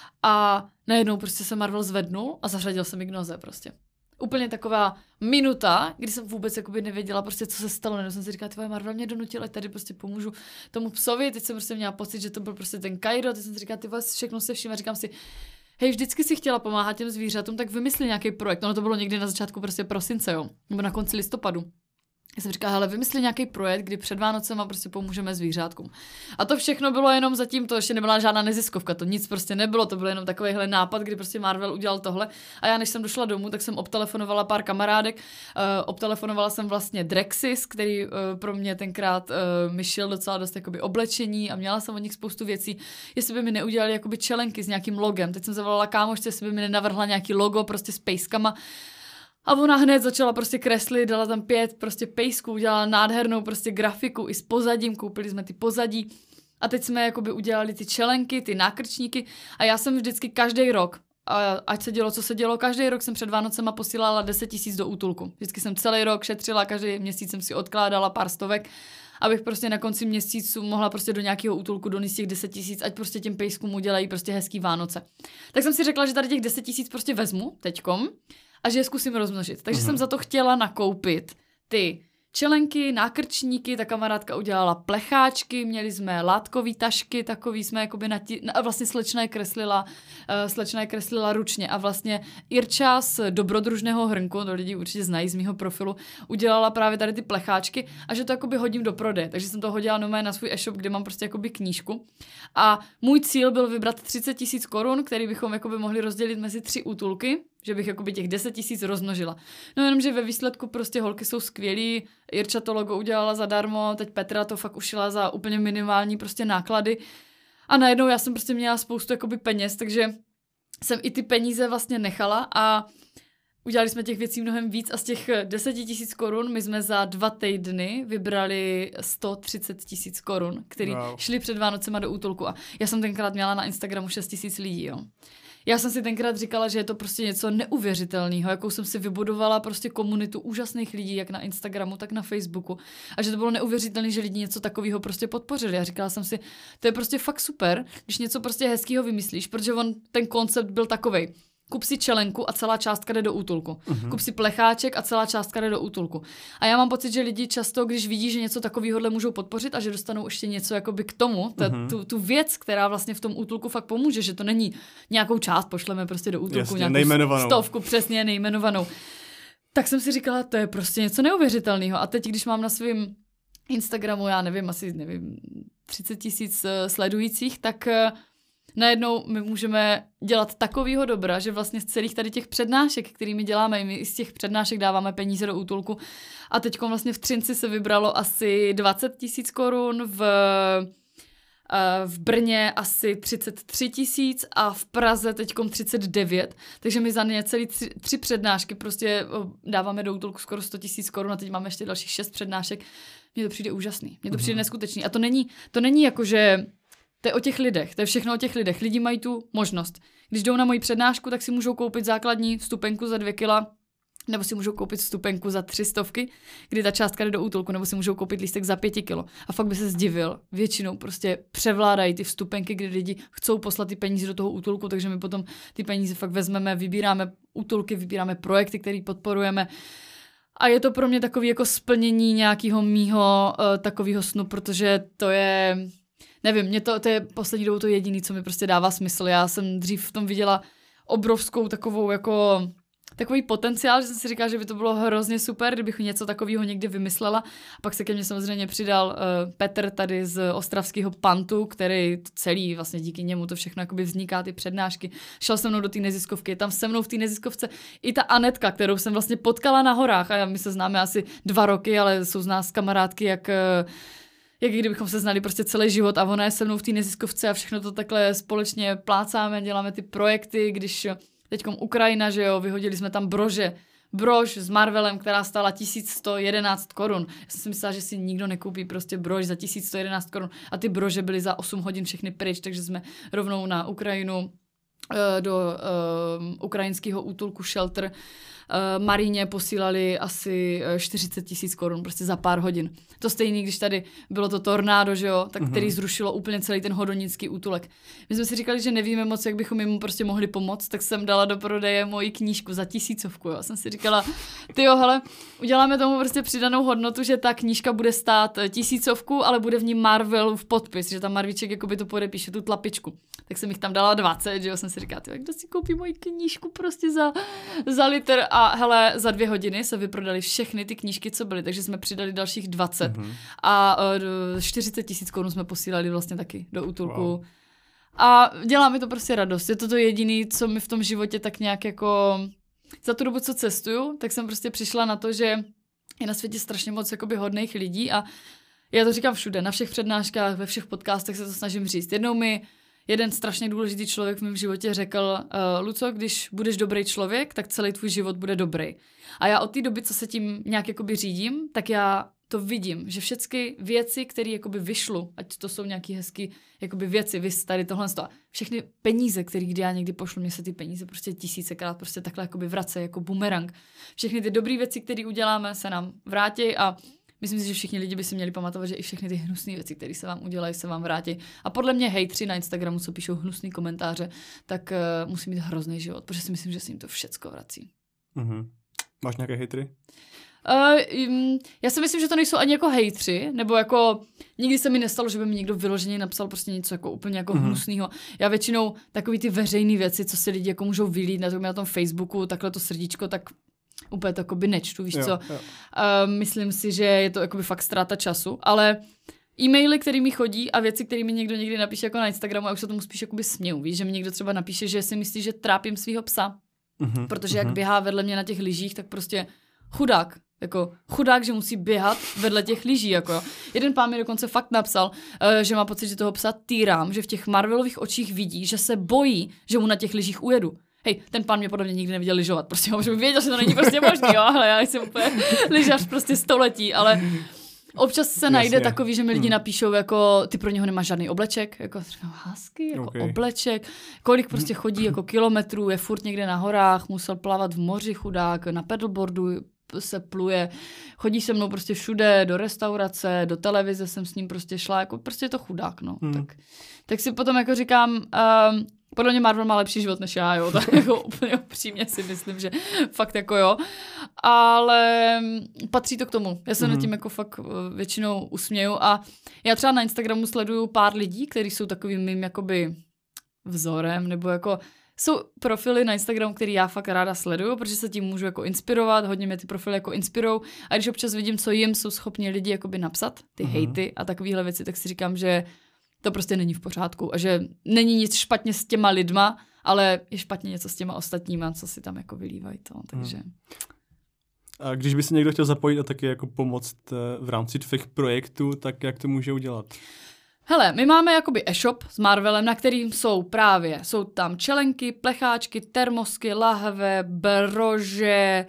a najednou prostě se Marvel zvednul a zařadil se mi k noze prostě. Úplně taková minuta, kdy jsem vůbec jakoby nevěděla prostě, co se stalo. Nebo jsem si říkala, tvoje Marvel mě donutil, ať tady prostě pomůžu tomu psovi. Teď jsem prostě měla pocit, že to byl prostě ten Kyro. Teď jsem si říkala, ty vole, všechno se vším a říkám si, hej, vždycky si chtěla pomáhat těm zvířatům, tak vymysli nějaký projekt. Ono to bylo někdy na začátku prostě prosince, jo, nebo na konci listopadu. Já jsem říkala, hele, vymysli nějaký projekt, kdy před Vánocema prostě pomůžeme zvířátkům. A to všechno bylo jenom zatím, to ještě nebyla žádná neziskovka, to nic prostě nebylo, to byl jenom takovýhle nápad, kdy prostě Marvel udělal tohle. A já než jsem došla domů, tak jsem obtelefonovala pár kamarádek, uh, obtelefonovala jsem vlastně Drexis, který uh, pro mě tenkrát uh, mi šil docela dost jakoby oblečení a měla jsem od nich spoustu věcí, jestli by mi neudělali jakoby čelenky s nějakým logem. Teď jsem zavolala kámošce, jestli by mi nenavrhla nějaký logo prostě s pejskama. A ona hned začala prostě kreslit, dala tam pět prostě pejsků, udělala nádhernou prostě grafiku i s pozadím, koupili jsme ty pozadí a teď jsme jakoby udělali ty čelenky, ty nákrčníky a já jsem vždycky každý rok, a ať se dělo, co se dělo, každý rok jsem před Vánocema posílala deset tisíc do útulku. Vždycky jsem celý rok šetřila, každý měsíc jsem si odkládala pár stovek, abych prostě na konci měsíců mohla prostě do nějakého útulku donést těch deset tisíc, ať prostě těm pejskům udělají prostě hezký Vánoce. Tak jsem si řekla, že tady těch deset tisíc prostě vezmu teďkom a že je zkusím rozmnožit. Takže uh-huh. jsem za to chtěla nakoupit ty čelenky, nákrčníky, ta kamarádka udělala plecháčky, měli jsme látkový tašky, takový jsme jakoby nati- a vlastně slečna je kreslila, uh, slečna je kreslila ručně a vlastně Irča z Dobrodružného hrnku, to lidi určitě znají z mýho profilu, udělala právě tady ty plecháčky a že to jakoby hodím do prodeje, takže jsem to hodila normálně na svůj e-shop, kde mám prostě jakoby knížku a můj cíl byl vybrat třicet tisíc korun, který bychom jakoby mohli rozdělit mezi tři útulky, že bych jakoby těch deset tisíc rozmnožila. No jenom, že ve výsledku prostě holky jsou skvělý, Jirča to logo udělala zadarmo, teď Petra to fakt ušila za úplně minimální prostě náklady a najednou já jsem prostě měla spoustu jakoby peněz, takže jsem i ty peníze vlastně nechala a udělali jsme těch věcí mnohem víc a z těch deset tisíc korun my jsme za dva týdny vybrali sto třicet tisíc korun, který wow. šli před Vánocema do útulku a já jsem tenkrát měla na Instagramu šest tisíc lidí, jo. Já jsem si tenkrát říkala, že je to prostě něco neuvěřitelného, jakou jsem si vybudovala prostě komunitu úžasných lidí, jak na Instagramu, tak na Facebooku. A že to bylo neuvěřitelné, že lidi něco takového prostě podpořili. A říkala jsem si, to je prostě fakt super, když něco prostě hezkého vymyslíš, protože on, ten koncept byl takovej. Kup si čelenku a celá částka jde do útulku. Uh-huh. Kup si plecháček a celá částka jde do útulku. A já mám pocit, že lidi často, když vidí, že něco takového můžou podpořit a že dostanou ještě něco jakoby k tomu, ta, uh-huh. tu, tu věc, která vlastně v tom útulku fakt pomůže, že to není nějakou část, pošleme prostě do útulku, jasně, nějakou nejmenovanou. stovku, přesně nejmenovanou. Tak jsem si říkala, to je prostě něco neuvěřitelného. A teď, když mám na svém Instagramu, já nevím, asi nevím, třicet tisíc sledujících, tak najednou my můžeme dělat takovýho dobra, že vlastně z celých tady těch přednášek, kterými děláme, my z těch přednášek dáváme peníze do útulku a teďkom vlastně v Třinci se vybralo asi dvacet tisíc korun, v, v Brně asi třicet tři tisíc a v Praze teďkom třicet devět, takže my za ně celý tři, tři přednášky prostě dáváme do útulku skoro sto tisíc korun a teď máme ještě dalších šest přednášek. Mně to přijde úžasný, mně to přijde neskutečný a to není, to není jako, že to je o těch lidech, to je všechno o těch lidech. Lidi mají tu možnost. Když jdou na moji přednášku, tak si můžou koupit základní vstupenku za dvě kila, nebo si můžou koupit vstupenku za tři stovky, kdy ta částka jde do útulku, nebo si můžou koupit lístek za pěti kilo. A fakt by se zdivil. Většinou prostě převládají ty vstupenky, kdy lidi chcou poslat ty peníze do toho útulku, takže my potom ty peníze fakt vezmeme, vybíráme útulky, vybíráme projekty, které podporujeme. A je to pro mě takový jako splnění nějakého mýho uh, takového snu, protože to je... Nevím, mě to, to je poslední dobou to jediné, co mi prostě dává smysl. Já jsem dřív v tom viděla obrovskou takovou jako takový potenciál, že jsem si říkala, že by to bylo hrozně super, kdybych něco takového někdy vymyslela. A pak se ke mně samozřejmě přidal uh, Petr tady z ostravského Pantu, který celý, vlastně díky němu to všechno jakoby vzniká, ty přednášky. Šel se mnou do té neziskovky, tam se mnou v té neziskovce i ta Anetka, kterou jsem vlastně potkala na horách. A my se známe asi dva roky, ale jsou z nás kamarádky, jak... Uh, jak kdybychom se znali prostě celý život a ona je se mnou v té neziskovce a všechno to takhle společně plácáme, děláme ty projekty, když teďkom Ukrajina, že jo, vyhodili jsme tam brože, brož s Marvelem, která stála tisíc sto jedenáct korun. Já jsem si myslela, že si nikdo nekoupí prostě brož za tisíc sto jedenáct korun a ty brože byly za osm hodin všechny pryč, takže jsme rovnou na Ukrajinu do uh, ukrajinského útulku Shelter Uh, Maríně posílali asi čtyřicet tisíc korun prostě za pár hodin. To stejný, když tady bylo to tornádo, že jo, tak který zrušilo úplně celý ten hodonický útulek. My jsme si říkali, že nevíme moc, jak bychom jim prostě mohli pomoct, tak jsem dala do prodeje moji knížku za tisícovku, jo. Jsem si říkala, tyjo, hele, uděláme tomu prostě přidanou hodnotu, že ta knížka bude stát tisícovku, ale bude v ní Marvelův podpis, že tam Marvíček jakoby to podepíše, tu tlapičku. Tak jsem jich tam dala dvacet, že jo, jsem si říkala, tyjo, kdo si koupí moji knížku prostě za, za litr. A hele, za dvě hodiny se vyprodali všechny ty knížky, co byly, takže jsme přidali dalších dvacet. Mm-hmm. A uh, čtyřicet tisíc korun jsme posílali vlastně taky do útulku. Wow. A dělá mi to prostě radost. Je to to jediné, co mi v tom životě tak nějak jako... Za tu dobu, co cestuju, tak jsem prostě přišla na to, že je na světě strašně moc jakoby hodných lidí a já to říkám všude, na všech přednáškách, ve všech podcastech se to snažím říct. Jednou mi jeden strašně důležitý člověk v mém životě řekl, uh, Luco, když budeš dobrý člověk, tak celý tvůj život bude dobrý. A já od té doby, co se tím nějak jakoby řídím, tak já to vidím, že všechny věci, které jakoby vyšlu, ať to jsou nějaké hezké jakoby věci, vys tady tohle, všechny peníze, které kdy já někdy pošlu, mě se ty peníze prostě tisícekrát prostě takhle jakoby vracejí jako bumerang. Všechny ty dobré věci, které uděláme, se nám vrátí a myslím si, že všichni lidi by si měli pamatovat, že i všechny ty hnusné věci, které se vám udělají, se vám vrátí. A podle mě hejtři na Instagramu, co píšou hnusný komentáře, tak uh, musí mít hrozný život, protože si myslím, že se jim to všecko vrací. Mm-hmm. Máš nějaké hejtry? Uh, um, já si myslím, že to nejsou ani jako hejtři, nebo jako nikdy se mi nestalo, že by mi někdo vyloženě napsal prostě něco jako úplně jako mm-hmm. hnusného. Já většinou takový ty veřejné věci, co si lidi jako můžou vylít na tom, na tom Facebooku, takhle to srdíčko, tak úplně to jakoby nečtu, víš jo, co. Jo. Uh, myslím si, že je to jakoby fakt ztráta času, ale e-maily, které mi chodí a věci, které mi někdo někdy napíše jako na Instagramu, a už se tomu spíš jakoby směju, víš, že mi někdo třeba napíše, že si myslí, že trápím svýho psa, uh-huh, protože uh-huh. jak běhá vedle mě na těch lyžích, tak prostě chudák, jako chudák, že musí běhat vedle těch lyží, jako jeden pán mi dokonce fakt napsal, uh, že má pocit, že toho psa týrám, že v těch Marvelových očích vidí, že se bojí, že mu na těch lyžích ujedu. hej, ten pán mě podle mě nikdy neviděl lyžovat, prostě, protože bych věděl, že to není prostě možný, jo, ale já jsem úplně lyžař prostě století, ale občas se najde Jasně. takový, že mi lidi napíšou, jako ty pro něho nemáš žádný obleček, jako hásky, jako okay. obleček, kolik prostě chodí jako kilometrů, je furt někde na horách, musel plavat v moři chudák, na pedalboardu se pluje, chodí se mnou prostě všude, do restaurace, do televize jsem s ním prostě šla, jako prostě je to chudák, no. Hmm. Tak, tak si potom jako říkám, um, podle mě Marvel má lepší život než já, jo, tak jako úplně upřímně si myslím, že fakt jako jo, ale patří to k tomu, já se mm-hmm. nad tím jako fakt většinou usměju a já třeba na Instagramu sleduju pár lidí, kteří jsou takovým mým jakoby vzorem, nebo jako jsou profily na Instagramu, který já fakt ráda sleduju, protože se tím můžu jako inspirovat, hodně mě ty profily jako inspirujou a když občas vidím, co jim jsou schopni lidi jakoby napsat, ty mm-hmm. hejty a takovéhle věci, tak si říkám, že to prostě není v pořádku a že není nic špatně s těma lidma, ale je špatně něco s těma ostatníma, co si tam jako vylívají to, takže... Hmm. A když by se někdo chtěl zapojit a taky jako pomoct v rámci tvých projektů, tak jak to může udělat? Hele, my máme jakoby e-shop s Marvelem, na kterým jsou právě, jsou tam čelenky, plecháčky, termosky, lahve, brože,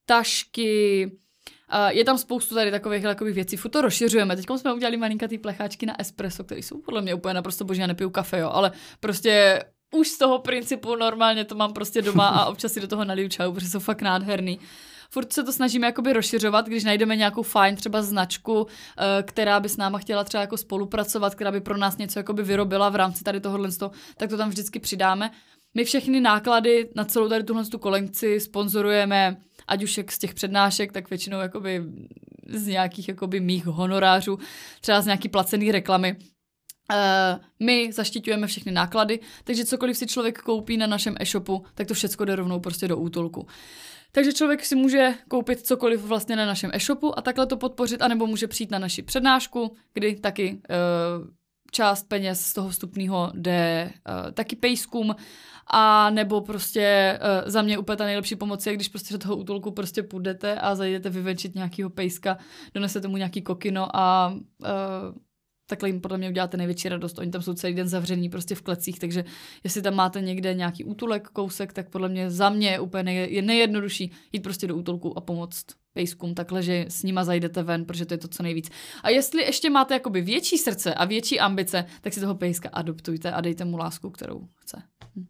tašky, Uh, je tam spoustu tady takových jakoby věcí, furt to rozšiřujeme. Teď jsme udělali malinkatý plecháčky na espresso, které jsou podle mě úplně naprosto boží, já nepiju kafe, jo, ale prostě už z toho principu normálně to mám prostě doma a občas si do toho naliju čaju, protože jsou fakt nádherný. Furt se to snažíme jakoby rozšiřovat, když najdeme nějakou fajn třeba značku, uh, která by s náma chtěla třeba jako spolupracovat, která by pro nás něco jakoby vyrobila v rámci tady tohohle, tak to tam vždycky přidáme. My všechny náklady na celou tady tuhle kolekci sponzorujeme, ať už jak z těch přednášek, tak většinou jakoby z nějakých jakoby mých honorářů, třeba z nějaký placený reklamy. Uh, my zaštiťujeme všechny náklady, takže cokoliv si člověk koupí na našem e-shopu, tak to všecko jde rovnou prostě do útulku. Takže člověk si může koupit cokoliv vlastně na našem e-shopu a takhle to podpořit, anebo může přijít na naši přednášku, kdy taky uh, část peněz z toho vstupného jde uh, taky pejskům, a nebo prostě uh, za mě úplně ta nejlepší pomoc je, když prostě do toho útulku prostě půjdete a zajdete vyvenčit nějakýho pejska, donesete mu nějaký kokino a uh, takhle jim podle mě uděláte největší radost. Oni tam jsou celý den zavřený prostě v klecích, takže jestli tam máte někde nějaký útulek, kousek, tak podle mě za mě je úplně nej, je nejjednodušší jít prostě do útulku a pomoct pejskům takhle, že s nima zajdete ven, protože to je to co nejvíc. A jestli ještě máte jakoby větší srdce a větší ambice, tak si toho pejska adoptujte a dejte mu lásku, kterou chce. Hm.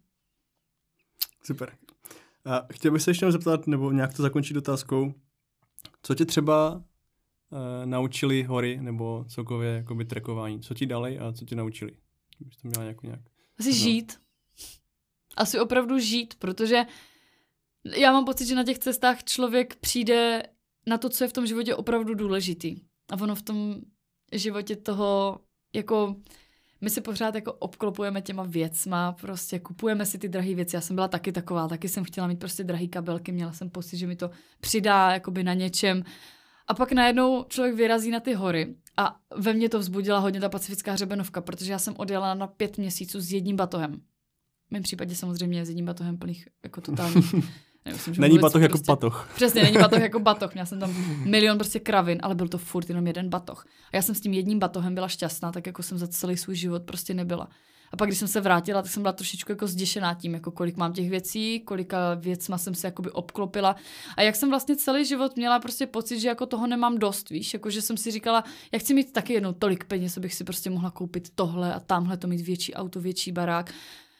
Super. A chtěl bych se ještě zeptat, nebo nějak to zakončit otázkou, co tě třeba uh, naučili hory, nebo celkově jakoby trekování? Co ti dali a co ti naučili? Kdybyste to měla nějakou nějak... Asi no. žít. Asi opravdu žít, protože já mám pocit, že na těch cestách člověk přijde na to, co je v tom životě opravdu důležitý. A ono v tom životě toho, jako... My si pořád jako obklopujeme těma věcma, prostě kupujeme si ty drahé věci. Já jsem byla taky taková, taky jsem chtěla mít prostě drahé kabelky, měla jsem pocit, že mi to přidá jakoby na něčem. A pak najednou člověk vyrazí na ty hory a ve mně to vzbudila hodně ta pacifická hřebenovka, protože já jsem odjela na pět měsíců s jedním batohem. V mém případě samozřejmě s jedním batohem plných jako totálních. Nevím, není batoh jako prostě, batoh. Přesně, není batoh jako batoh. Měla jsem tam milion prostě kravin, ale byl to furt jenom jeden batoh. A já jsem s tím jedním batohem byla šťastná, tak jako jsem za celý svůj život prostě nebyla. A pak, když jsem se vrátila, tak jsem byla trošičku jako zděšená tím, jako kolik mám těch věcí, kolika věcma jsem se jakoby obklopila. A jak jsem vlastně celý život měla prostě pocit, že jako toho nemám dost, víš, jako že jsem si říkala, já chci mít taky jednou tolik peněz, abych si prostě mohla koupit tohle a tamhle to mít větší auto, větší barák.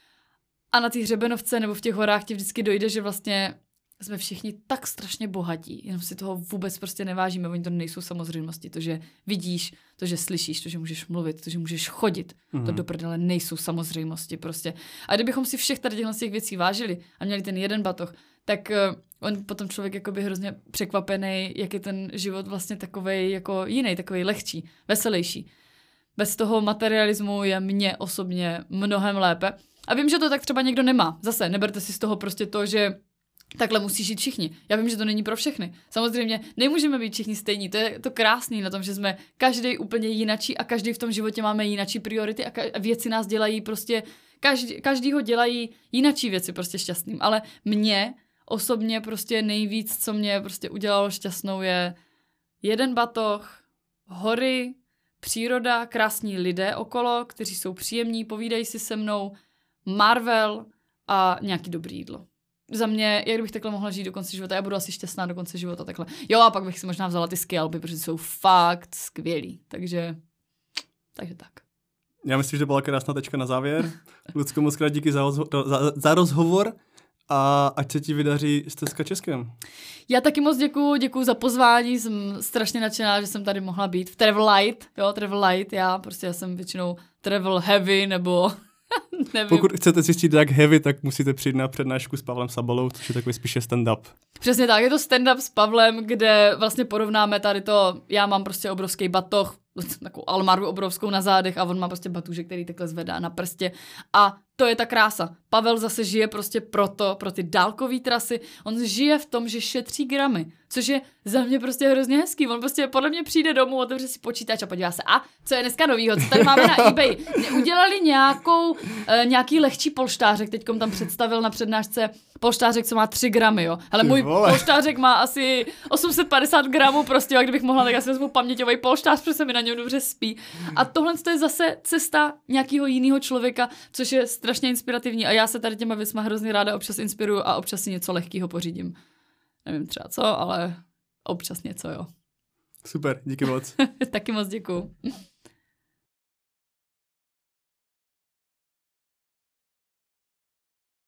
A na té hřebenovce nebo v těch horách ti vždycky dojde, že vlastně jsme všichni tak strašně bohatí, jenom si toho vůbec prostě nevážíme, oni to nejsou samozřejmosti, to, že vidíš, to, že slyšíš, to, že můžeš mluvit, to, že můžeš chodit, mm-hmm. to do prdele nejsou samozřejmosti prostě. A kdybychom si všech tady těchto věcí vážili a měli ten jeden batoh, tak uh, on potom člověk jakoby hrozně překvapený, jak je ten život vlastně takovej jako jiný, takovej lehčí, veselější. Bez toho materialismu je mně osobně mnohem lépe. A vím, že to tak třeba někdo nemá. Zase, neberte si z toho prostě to, že takhle musí žít všichni. Já vím, že to není pro všechny. Samozřejmě nemůžeme být všichni stejní. To je to krásný na tom, že jsme každý úplně jinačí a každý v tom životě máme jinačí priority a, ka- a věci nás dělají prostě, každý, každýho dělají jinačí věci prostě šťastným. Ale mě osobně prostě nejvíc, co mě prostě udělalo šťastnou, je jeden batoh, hory, příroda, krásní lidé okolo, kteří jsou příjemní, povídají si se mnou, Marvel a nějaký dobrý jídlo. za mě, jak kdybych takhle mohla žít do konce života, já budu asi šťastná do konce života takhle. Jo, a pak bych si možná vzala ty skialpy, protože jsou fakt skvělý. Takže, takže tak. Já myslím, že to byla krásná tečka na závěr. Lucko, moc krát díky za, rozho- za, za rozhovor a ať se ti vydaří stezka Českem. Já taky moc děkuju, děkuju za pozvání, jsem strašně nadšená, že jsem tady mohla být v Travel Light, jo, Travel Light, já prostě já jsem většinou Travel Heavy, nebo nevím. Pokud chcete zjistit, jak heavy, tak musíte přijít na přednášku s Pavlem Sabalou, což je takový spíše stand-up. Přesně tak, je to stand-up s Pavlem, kde vlastně porovnáme tady to, já mám prostě obrovský batoh, takovou almaru obrovskou na zádech a on má prostě batůže, který takhle zvedá na prstě a to je ta krása. Pavel zase žije prostě proto, pro ty dálkové trasy, on žije v tom, že šetří gramy, což je za mě prostě hrozně hezký. On prostě podle mě přijde domů, otevře si počítač a podívá se, a co je dneska novýho, co tady máme na eBay. Udělali nějakou, e, nějaký lehčí polštářek, teďkom tam představil na přednášce polštářek, co má tři gramy, jo. Hele, můj polštářek má asi osm set padesát gramů prostě, a kdybych mohla, tak já si vezmu paměťový polštář, protože se mi na něm dobře spí. A tohle je zase cesta nějakého jiného člověka, což je strašně inspirativní a já se tady těma věcma hrozně ráda občas inspiruju a občas si něco lehkého pořídím. Nevím třeba co, ale občas něco, jo. Super, díky moc. Taky moc děkuju.